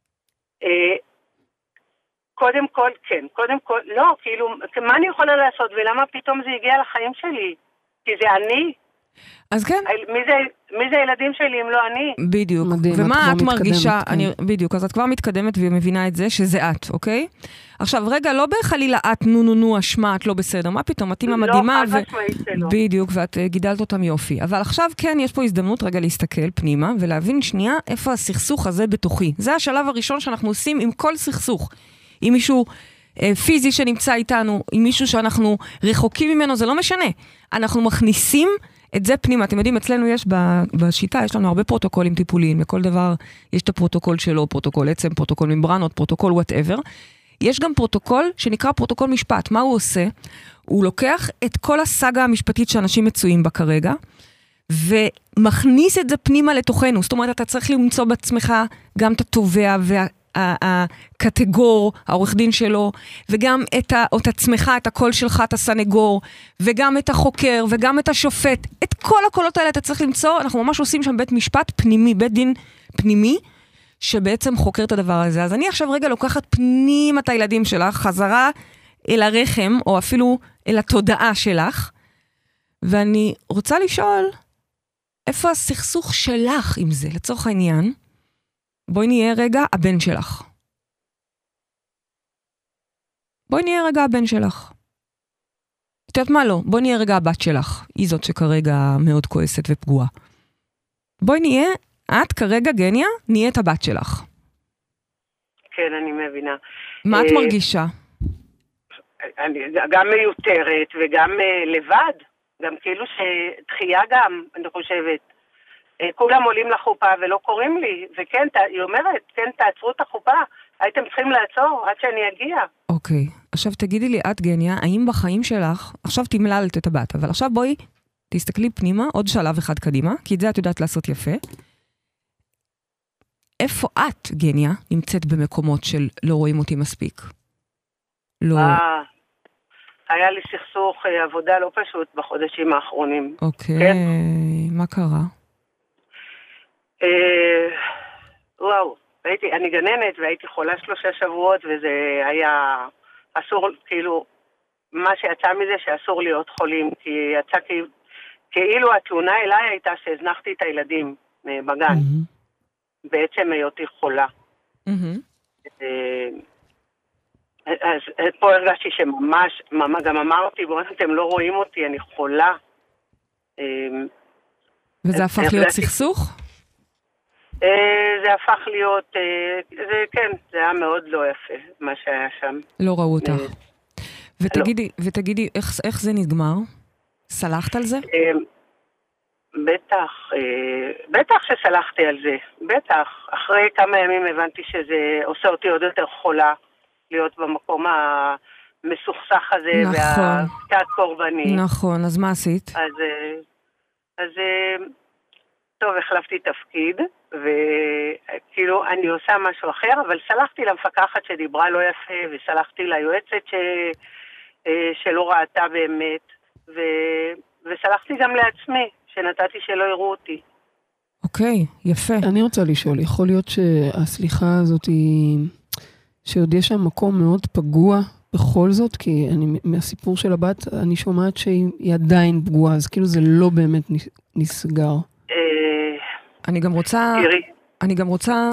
קודם כל, כן. קודם כל, לא, כאילו, מה אני יכולה לעשות? ולמה פתאום זה הגיע לחיים שלי? כי זה אני. אז כן. מי זה הילדים שלי אם לא אני? בדיוק. ומה את מרגישה? בדיוק, אז את כבר מתקדמת ומבינה את זה שזה את, אוקיי? עכשיו, רגע, לא בחלילה את נו, אשמה, את לא בסדר. מה פתאום? את אימא מדהימה. לא, חד משמעית שלא. בדיוק, ואת גידלת אותם יופי. אבל עכשיו כן, יש פה הזדמנות רגע להסתכל פנימה, ולהבין שנייה איפה הסכסוך הזה בתוכי. זה השלב הראשון שאנחנו עושים עם כל סכסוך. עם מישהו פיזי שנמצא איתנו, עם מישהו שאנחנו רחוקים ממנו, זה לא משנה. אנחנו מכניסים את זה פנימה. אתם יודעים, אצלנו יש בשיטה, יש לנו הרבה פרוטוקולים טיפוליים, לכל דבר יש את הפרוטוקול שלו, פרוטוקול עצם, פרוטוקול ממברנות, פרוטוקול whatever. יש גם פרוטוקול שנקרא פרוטוקול משפט. מה הוא עושה? הוא לוקח את כל הסאגה המשפטית שאנשים מצויים בה כרגע, ומכניס את זה פנימה לתוכנו. זאת אומרת, אתה צריך למצוא בעצמך גם את התובע הקטגור, העורך דין שלו, וגם את עצמך, את הקול שלך, את הסנגור, וגם את החוקר, וגם את השופט. את כל הקולות האלה אתה צריך למצוא, אנחנו ממש עושים שם בית משפט פנימי, בית דין פנימי, שבעצם חוקר את הדבר הזה. אז אני עכשיו רגע לוקחת פנימה את הילדים שלך, חזרה אל הרחם, או אפילו אל התודעה שלך, ואני רוצה לשאול, איפה הסכסוך שלך עם זה? לצורך העניין, בואי נהיה רגע הבן שלך. בואי נהיה רגע הבן שלך. את יודעת מה לא? בואי נהיה רגע הבת שלך. היא זאת שכרגע מאוד כועסת ופגועה. בואי נהיה, את כרגע גניה, נהיית הבת שלך. כן, אני מבינה. מה את מרגישה? גם מיותרת וגם לבד. גם כאילו שדחייה גם, אני חושבת. כולם עולים לחופה ולא קוראים לי, וכן, היא אומרת, כן, תעצרו את החופה, הייתם צריכים לעצור עד שאני אגיע. אוקיי, עכשיו תגידי לי, את גניה, האם בחיים שלך, עכשיו תמללת את הבת, אבל עכשיו בואי, תסתכלי פנימה, עוד שלב אחד קדימה, כי את זה את יודעת לעשות יפה. איפה את, גניה, נמצאת במקומות של לא רואים אותי מספיק? לא... היה לי סכסוך עבודה לא פשוט בחודשים האחרונים. אוקיי, כן? מה קרה? וואו, אני גננת והייתי חולה 3 שבועות, וזה היה אסור, כאילו, מה שיצא מזה שאסור להיות חולים, כי יצא כאילו התלונה אליי הייתה שהזנחתי את הילדים בגן, בעצם היותי חולה. אז פה הרגשתי שממש, גם אמרתי, בואו, אתם לא רואים אותי, אני חולה. וזה הפך להיות סכסוך? זה הפך להיות, כן, זה היה מאוד לא יפה, מה שהיה שם. לא ראו אותך. ותגידי, איך זה נגמר? סלחת על זה? בטח שסלחתי על זה, בטח. אחרי כמה ימים הבנתי שזה עושה אותי עוד יותר חולה, להיות במקום המסוכסך הזה, והקצת קורבני. נכון, אז מה עשית? אז טוב, החלפתי תפקיד, וכאילו אני עושה משהו אחר, אבל סלחתי למפקחת שדיברה לא יפה, וסלחתי ליועצת שלא ראתה באמת, וסלחתי גם לעצמי, שנתתי שלא יראו אותי. אוקיי, יפה. אני רוצה לשאול, יכול להיות שהסליחה הזאת היא... שעוד יש שם מקום מאוד פגוע בכל זאת, כי מהסיפור של הבת, אני שומעת שהיא עדיין פגועה, אז כאילו זה לא באמת נסגר. אני גם רוצה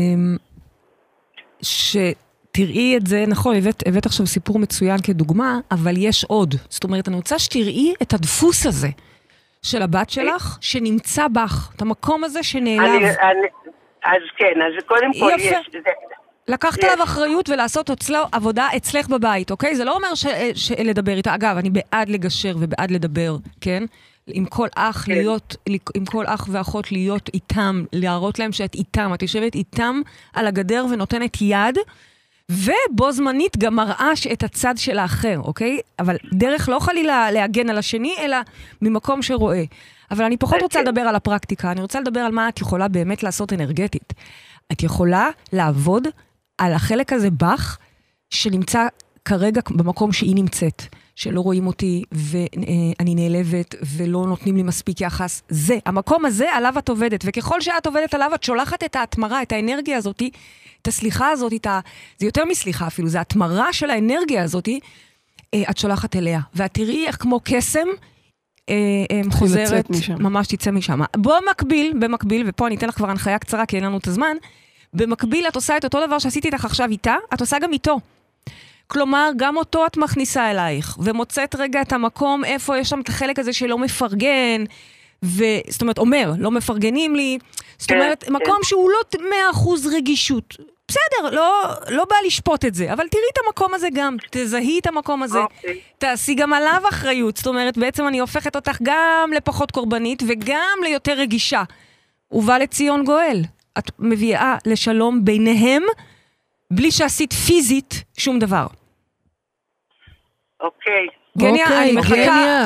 שתראי את זה, נכון, הבאת עכשיו סיפור מצוין כדוגמה, אבל יש עוד. זאת אומרת, אני רוצה שתראי את הדפוס הזה של הבת שלך, שנמצא בך, את המקום הזה שנעלב. אז כן, אז קודם כל יש... לקחת עליו אחריות ולעשות עבודה אצלך בבית, אוקיי? זה לא אומר לדבר איתה. אגב, אני בעד לגשר ובעד לדבר, כן? עם כל אח להיות, עם כל אח ואחות להיות איתם, להראות להם שאת איתם, את יושבת איתם על הגדר ונותנת יד, ובו זמנית גם מראה את הצד של האחר, אוקיי? אבל דרך לא חלילה להגן על השני, אלא ממקום שרואה. אבל אני פחות רוצה לדבר על הפרקטיקה, אני רוצה לדבר על מה את יכולה באמת לעשות אנרגטית. את יכולה לעבוד על החלק הזה בך, שנמצא כרגע במקום שהיא נמצאת, שלא רואים אותי ואני נעלבת ולא נותנים לי מספיק יחס. זה, המקום הזה עליו את עובדת, וככל שאת עובדת עליו, את שולחת את ההתמרה, את האנרגיה הזאת, את הסליחה הזאת, זה יותר מסליחה אפילו, זה ההתמרה של האנרגיה הזאת, את שולחת אליה. ואת תראי איך כמו קסם, חוזרת, ממש תצא משם. במקביל, ופה אני אתן לך כבר הנחיה קצרה, כי אין לנו את הזמן, במקביל את עושה את אותו דבר שעשיתי איתך עכשיו איתה, את עושה גם איתו. כלומר, גם אותו את מכניסה אלייך, ומוצאת רגע את המקום, איפה יש שם את החלק הזה שלא מפרגן, זאת אומרת, אומר, לא מפרגנים לי, זאת אומרת, מקום שהוא לא 100% רגישות. בסדר, לא בא לשפוט את זה, אבל תראי את המקום הזה גם, תזהי את המקום הזה, תעשי גם עליו אחריות, זאת אומרת, בעצם אני הופכת אותך גם לפחות קורבנית, וגם ליותר רגישה. ובא לציון גואל. את מביאה לשלום ביניהם, בלי שעשית פיזית שום דבר. אוקיי. גניה, אני מחכה.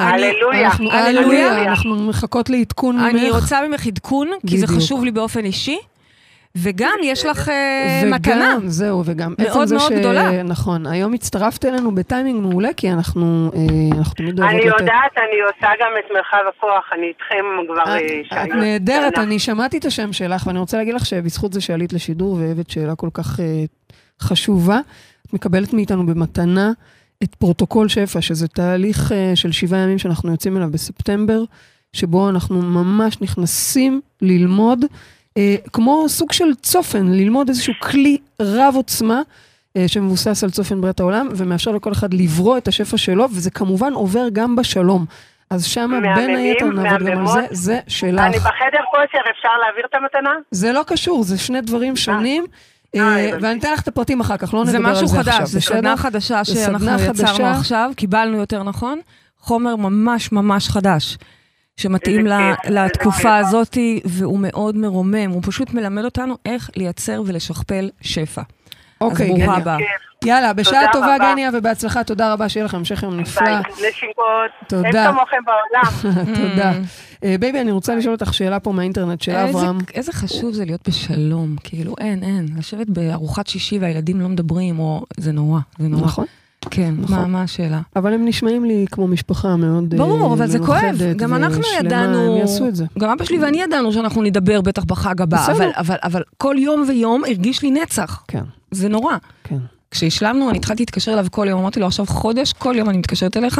הללויה. אנחנו מחכות לעדכון ממך. אני רוצה ממך עדכון, כי זה חשוב לי באופן אישי. וגם יש לך מתנה. זהו, וגם מאוד מאוד גדולה. נכון, היום הצטרפת אלינו בטיימינג מעולה, כי אנחנו תמיד אוהבות אני יודעת, אני עושה גם את מרחב הכוח, אני איתכם כבר את נהדרת, אני שמעתי את השם שלך, ואני רוצה להגיד לך שבזכות זה שעלית לשידור, והבאת שאלה כל כך חשובה, את מקבלת מאיתנו במתנה את פרוטוקול שפע, שזה תהליך של 7 ימים שאנחנו יוצאים אליו בספטמבר, שבו אנחנו ממש נכנסים ללמוד, כמו סוג של צופן, ללמוד איזשהו כלי רב עוצמה, שמבוסס על צופן בריאת העולם, ומאפשר לכל אחד לברוא את השפע שלו, וזה כמובן עובר גם בשלום. אז שם בין היתר נעבוד גם על זה, זה שלך. אני בחדר כושר, אפשר להעביר את המתנה? זה לא קשור, זה שני דברים שונים, ואני אתן לך את הפרטים אחר כך, לא נדבר על זה עכשיו. זה משהו חדש, זה סדנה חדשה שאנחנו יצרנו עכשיו, קיבלנו יותר נכון, חומר ממש ממש חדש. שמתאים לתקופה הזאת, והוא מאוד מרומם, הוא פשוט מלמד אותנו איך לייצר ולשכפל שפע. אוקיי, גניה. יאללה, בשעה טובה גניה, ובהצלחה, תודה רבה, שיהיה לכם המשך יום נפלא. ביי, נשיקות. תודה. אין כמוכם בעולם. תודה. בייבי, אני רוצה לשאול אותך שאלה פה מהאינטרנט של אברהם. איזה חשוב זה להיות בשלום, כאילו אין. לשבת בארוחת שישי והילדים לא מדברים, או זה נורא, זה נורא. נכון. כן, מה השאלה? אבל הם נשמעים לי כמו משפחה מאוד ברור, אבל זה כואב. גם אנחנו ידענו, הם יעשו את זה. גם אבא שלי ואני ידענו שאנחנו נדבר בטח בחג הבא, אבל כל יום ויום הרגיש לי נצח. כן. זה נורא. כן. כשהשלמנו, אני התחלתי להתקשר אליו כל יום, אמרתי לו עכשיו חודש, כל יום אני מתקשרת אליך,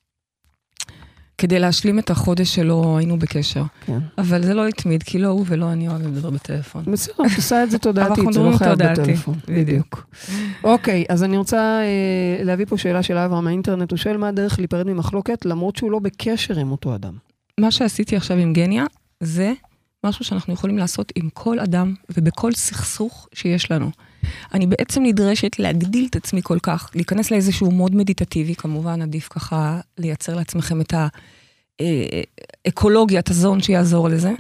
כדי להשלים את החודש שלו היינו בקשר. כן. אבל זה לא התמיד, כי לא הוא ולא אני אוהב לדבר בטלפון. בסדר, את עושה את זה תודעתית, זה לא חייב בטלפון. בדיוק. אוקיי, אז אני רוצה להביא פה שאלה של אברהם מהאינטרנט, הוא שואל מה הדרך להיפרד ממחלוקת, למרות שהוא לא בקשר עם אותו אדם. מה שעשיתי עכשיו עם גניה, זה משהו שאנחנו יכולים לעשות עם כל אדם, ובכל סכסוך שיש לנו. אני בעצם נדרשת להגדיל את עצמי כל כך, להיכנס לאיזשהו מוד מדיטטיבי, כמובן עדיף ככה לייצר לעצמכם את האקולוגיה, את הזון שיעזור לזה.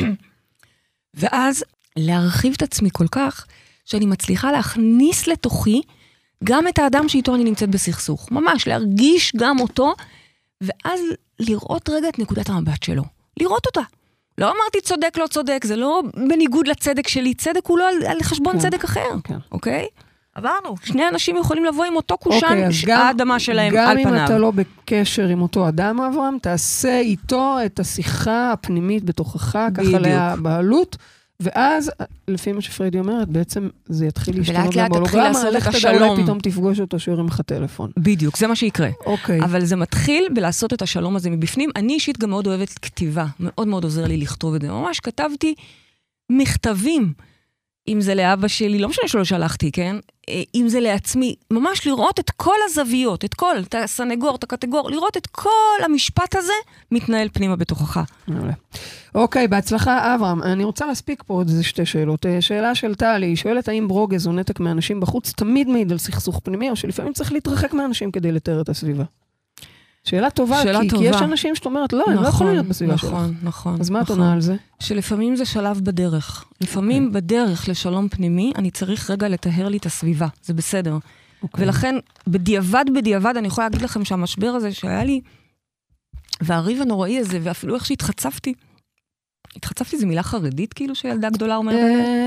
ואז להרחיב את עצמי כל כך, שאני מצליחה להכניס לתוכי גם את האדם שאיתו אני נמצאת בסכסוך. ממש, להרגיש גם אותו, ואז לראות רגע את נקודת המבט שלו. לראות אותה. לא אמרתי צודק, לא צודק, זה לא בניגוד לצדק שלי, צדק הוא לא על חשבון צדק אחר, אוקיי? עברנו. שני אנשים יכולים לבוא עם אותו קושן, האדמה שלהם על פניו. גם אם אתה לא בקשר עם אותו אדם, אברהם, תעשה איתו את השיחה הפנימית בתוכך, ככה להבעלות, ואז, לפי מה שפריידי אומרת, בעצם זה יתחיל להשתנות בהולוגרמה, לך תדע אולי פתאום תפגוש אותו שיורים לך טלפון. בדיוק, זה מה שיקרה. אוקיי. אבל זה מתחיל בלעשות את השלום הזה מבפנים. אני אישית גם מאוד אוהבת כתיבה, מאוד מאוד עוזר לי לכתוב את זה. ממש כתבתי מכתבים, אם זה לאבא שלי, לא משנה שלא שלחתי, כן? אם זה לעצמי, ממש לראות את כל הזוויות, את הסנגור, את הקטגור, לראות את כל המשפט הזה מתנהל פנימה בתוכך. אוקיי, בהצלחה אברהם. אני רוצה להספיק פה עוד איזה 2 שאלות. שאלה של טלי, היא שואלת האם ברוגז או נתק מאנשים בחוץ תמיד מעיד על סכסוך פנימי, או שלפעמים צריך להתרחק מאנשים כדי לתאר את הסביבה? שאלה טובה, כי יש אנשים שאת אומרת, לא, הם לא יכולים להיות בסביבה שלך. נכון. אז מה את עונה על זה? שלפעמים זה שלב בדרך. לפעמים בדרך לשלום פנימי, אני צריך רגע לטהר לי את הסביבה. זה בסדר. ולכן, בדיעבד, אני יכולה להגיד לכם שהמשבר הזה שהיה לי, והריב הנוראי הזה, ואפילו איך שהתחצפתי זה מילה חרדית, כאילו שילדה גדולה אומרת.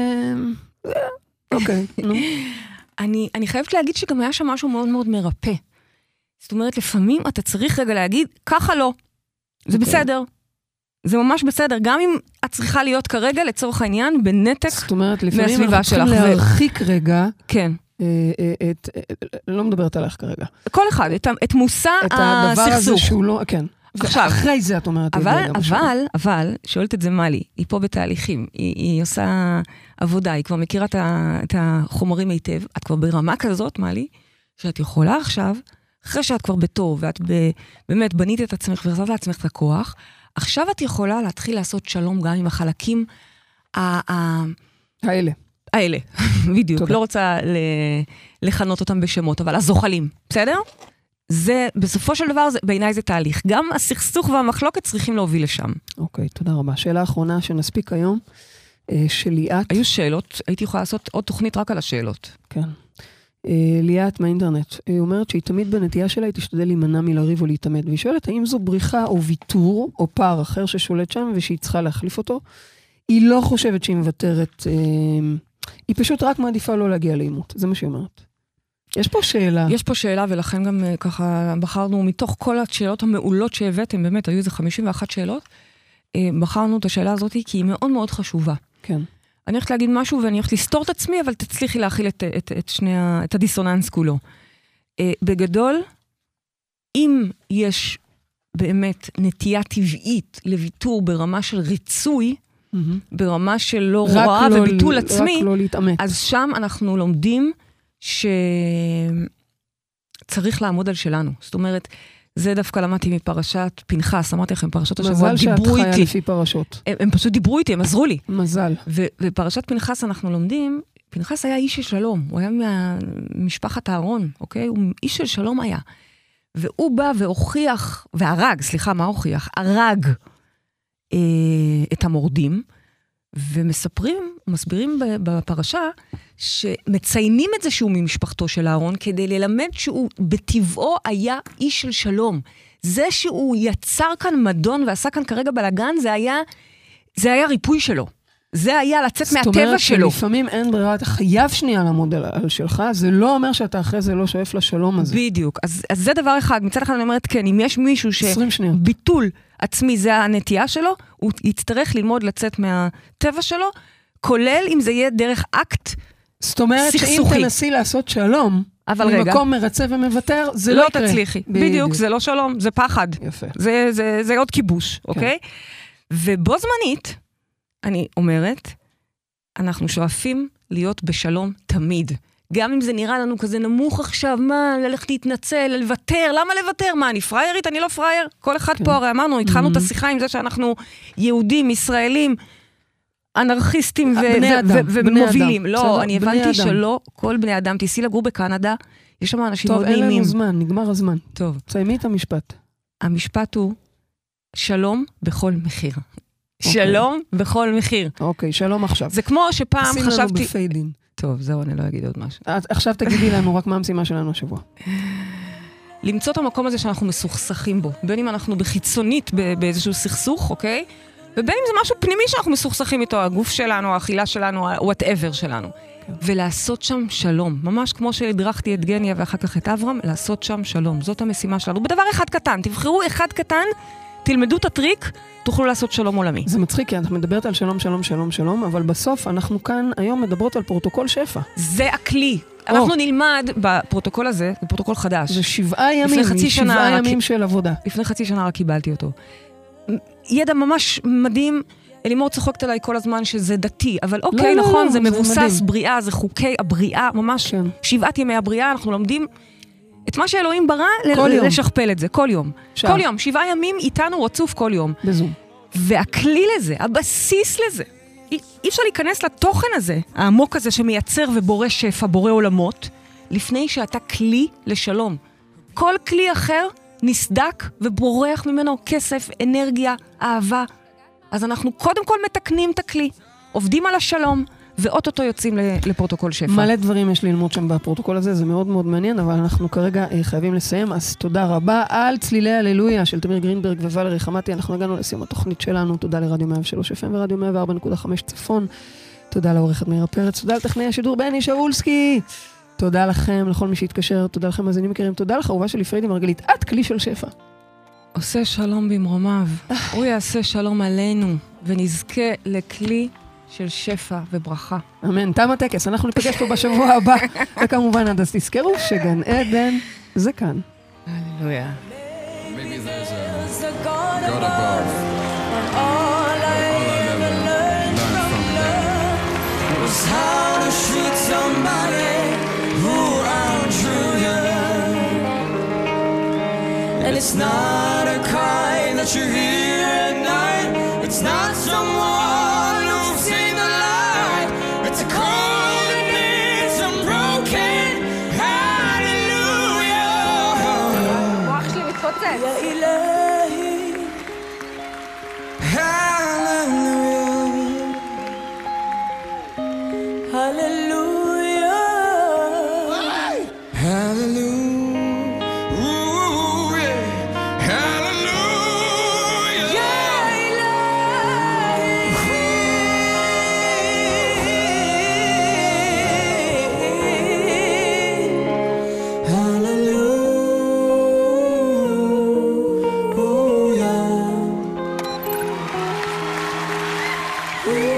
אוקיי, נו. אני חייבת להגיד שגם היה שם משהו מאוד מאוד מרפא. זאת אומרת, לפעמים אתה צריך רגע להגיד, ככה לא. זה בסדר. זה ממש בסדר. גם אם את צריכה להיות כרגע, לצורך העניין, בנתק מהסביבה שלך. זאת אומרת, לפעמים אנחנו צריכים להרחיק רגע. כן. לא מדברת עליך כרגע. כל אחד, את מושא הסכסוך. את הדבר הזה שהוא לא, כן. עכשיו. אחרי זה את אומרת. אבל, שואלת את זה מלי, היא פה בתהליכים, היא עושה עבודה, היא כבר מכירה את החומרים היטב, את כבר ברמה כזאת, מלי, שאת יכולה עכשיו, אחרי שאת כבר בטוב, ואת באמת בנית את עצמך ורזת לעצמך את הכוח, עכשיו את יכולה להתחיל לעשות שלום גם עם החלקים האלה, בדיוק, לא רוצה לכנות אותם בשמות, אבל הזוחלים, בסדר? זה, בסופו של דבר, בעיניי זה תהליך. גם הסכסוך והמחלוקת צריכים להוביל לשם. אוקיי, תודה רבה. שאלה האחרונה שנספיק היום, שליאת. היו שאלות, הייתי יכולה לעשות עוד תוכנית רק על השאלות. כן. ליאת מהאינטרנט, היא אומרת שהיא תמיד בנטייה שלה, היא תשתדל להימנע מלריב או להתעמת, והיא שואלת האם זו בריחה או ויתור או פער אחר ששולט שם ושהיא צריכה להחליף אותו. היא לא חושבת שהיא מוותרת, היא פשוט רק מעדיפה לא להגיע לאימות, זה מה שהיא אומרת. יש פה שאלה. יש פה שאלה, ולכן גם ככה בחרנו מתוך כל השאלות המעולות שהבאתם, באמת, היו איזה 51 שאלות, בחרנו את השאלה הזאת, כי היא מאוד מאוד חשובה. כן. אני הולכת להגיד משהו, ואני הולכת לסתור את עצמי, אבל תצליחי להכיל את הדיסוננס כולו. בגדול, אם יש באמת נטייה טבעית לוויתור ברמה של ריצוי, ברמה של לא רואה וביטול עצמי, רק לא להתאמץ. אז שם אנחנו לומדים שצריך לעמוד על שלנו. זאת אומרת, זה דווקא למדתי מפרשת פנחס, אמרתי לכם, פרשות השבוע דיברו איתי. מזל שאת חיה לפי פרשות. הם פשוט דיברו איתי, הם עזרו לי. מזל. ופרשת פנחס אנחנו לומדים, פנחס היה איש של שלום, הוא היה ממשפחת הארון, אוקיי? הוא איש של שלום היה. והוא בא והוכיח, מה הוכיח? הרג את המורדים, ומסבירים בפרשה, שמציינים את זה שהוא ממשפחתו של הארון, כדי ללמד שהוא בטבעו היה איש של שלום. זה שהוא יצר כאן מדון ועשה כאן כרגע בלגן, זה היה ריפוי שלו. זה היה לצאת מהטבע שלו. זאת אומרת שלפעמים אין ברירה, אתה חייב שנייה לעמוד על שלך, זה לא אומר שאתה אחרי זה לא שואף לשלום הזה. בדיוק. אז זה דבר אחד. מצד אחד אני אומרת, כן, אם יש מישהו שביטול עצמי זה הנטייה שלו, הוא יצטרך ללמוד לצאת מהטבע שלו, כולל אם זה יהיה דרך אקט סכסוכי. זאת אומרת שאם תנסי לעשות שלום, במקום מרצה ומוותר, זה לא יקרה. לא תצליחי. בדיוק, זה לא שלום, זה פחד. יפה. זה עוד כיבוש, אוקיי? ובו זמנית, אני אומרת, אנחנו שואפים להיות בשלום תמיד. גם אם זה נראה לנו כזה נמוך עכשיו, מה, ללכת להתנצל, לוותר, למה לוותר? מה, אני פריירית? אני לא פרייר? כל אחד פה, הרי אמרנו, התחלנו את השיחה עם זה שאנחנו יהודים, ישראלים, אנרכיסטים ומובילים. לא, אני הבנתי שלא כל בני אדם, תיסי לגור בקנדה, יש שם אנשים מאוד נעימים. טוב, אין לנו זמן, נגמר הזמן. טוב. סיימי את המשפט. המשפט הוא, שלום בכל מחיר. שלום בכל מחיר. אוקיי, שלום עכשיו. זה כמו שפעם חשבתי... שים לנו בפיידין. טוב, זהו, אני לא אגיד עוד משהו. עכשיו תגידי לנו רק מה המשימה שלנו השבוע. למצוא את המקום הזה שאנחנו מסוכסכים בו. בין אם אנחנו בחיצונית באיזשהו סכסוך, אוקיי? ובין אם זה משהו פנימי שאנחנו מסוכסכים איתו, הגוף שלנו, האכילה שלנו, whatever שלנו. ולעשות שם שלום. ממש כמו שהדרכתי את גניה ואחר כך את אברהם, לעשות שם שלום. זאת המשימה שלנו. בדבר אחד קטן. תבחרו אחד קטן, תלמדו את הטריק, תוכלו לעשות שלום עולמי. זה מצחיק, כי אנחנו מדברת על שלום, שלום, שלום, שלום, אבל בסוף אנחנו כאן היום מדברות על פרוטוקול שפע. זה הכלי. אנחנו נלמד בפרוטוקול הזה, זה פרוטוקול חדש. זה 7 ימים, 7 ימים של עבודה. לפני חצי שנה רק קיבלתי אותו. ידע ממש מדהים, אלימור צוחקת עליי כל הזמן שזה דתי, אבל אוקיי, נכון, זה מבוסס בריאה, זה חוקי הבריאה, ממש 7 ימי הבריאה, אנחנו לומדים את מה שאלוהים ברא, לשכפל את זה, כל יום. כל יום, 7 ימים איתנו רצוף כל יום. בזום. והכלי לזה, הבסיס לזה, אי אפשר להיכנס לתוכן הזה, העמוק הזה שמייצר ובורא שפע, בורא עולמות, לפני שאתה כלי לשלום. כל כלי אחר נסדק ובורח ממנו כסף, אנרגיה, אהבה. אז אנחנו קודם כל מתקנים את הכלי, עובדים על השלום, ואוטוטו יוצאים לפרוטוקול שפע. מלא דברים יש ללמוד שם בפרוטוקול הזה, זה מאוד מאוד מעניין, אבל אנחנו כרגע חייבים לסיים, אז תודה רבה על צלילי הללויה של תמיר גרינברג וולרי חמתי, אנחנו הגענו לסיום התוכנית שלנו, תודה לרדיו 103 FM ורדיו 104.5 צפון, תודה לעורכת מאירה פרץ, תודה לטכנאי השידור בני שאולסקי, תודה לכם, לכל מי שהתקשר, תודה לכם מאזינים יקרים, תודה לך אהובה שלי פרידי מרגלית, את כלי של שפע. עושה שלום במרומיו, הוא יעשה שלום עלינו, ונזכה לכלי של שפע וברכה. אמן, תם הטקס, אנחנו ניפגש פה בשבוע הבא, וכמובן עד אז תזכרו שגן עדן זה כאן. הללויה. Maybe there's a God above. All I ever learned from love was how to treat somebody who outdrew you. And it's not a cry that you hear at night. It's not someone who's seen the light. It's a call that needs some broken hallelujah. המוח שלי מתפוצץ. Ya Ilahi, hallelujah, hallelujah, hallelujah. Hallelujah. Ya Ilahi. Ooh.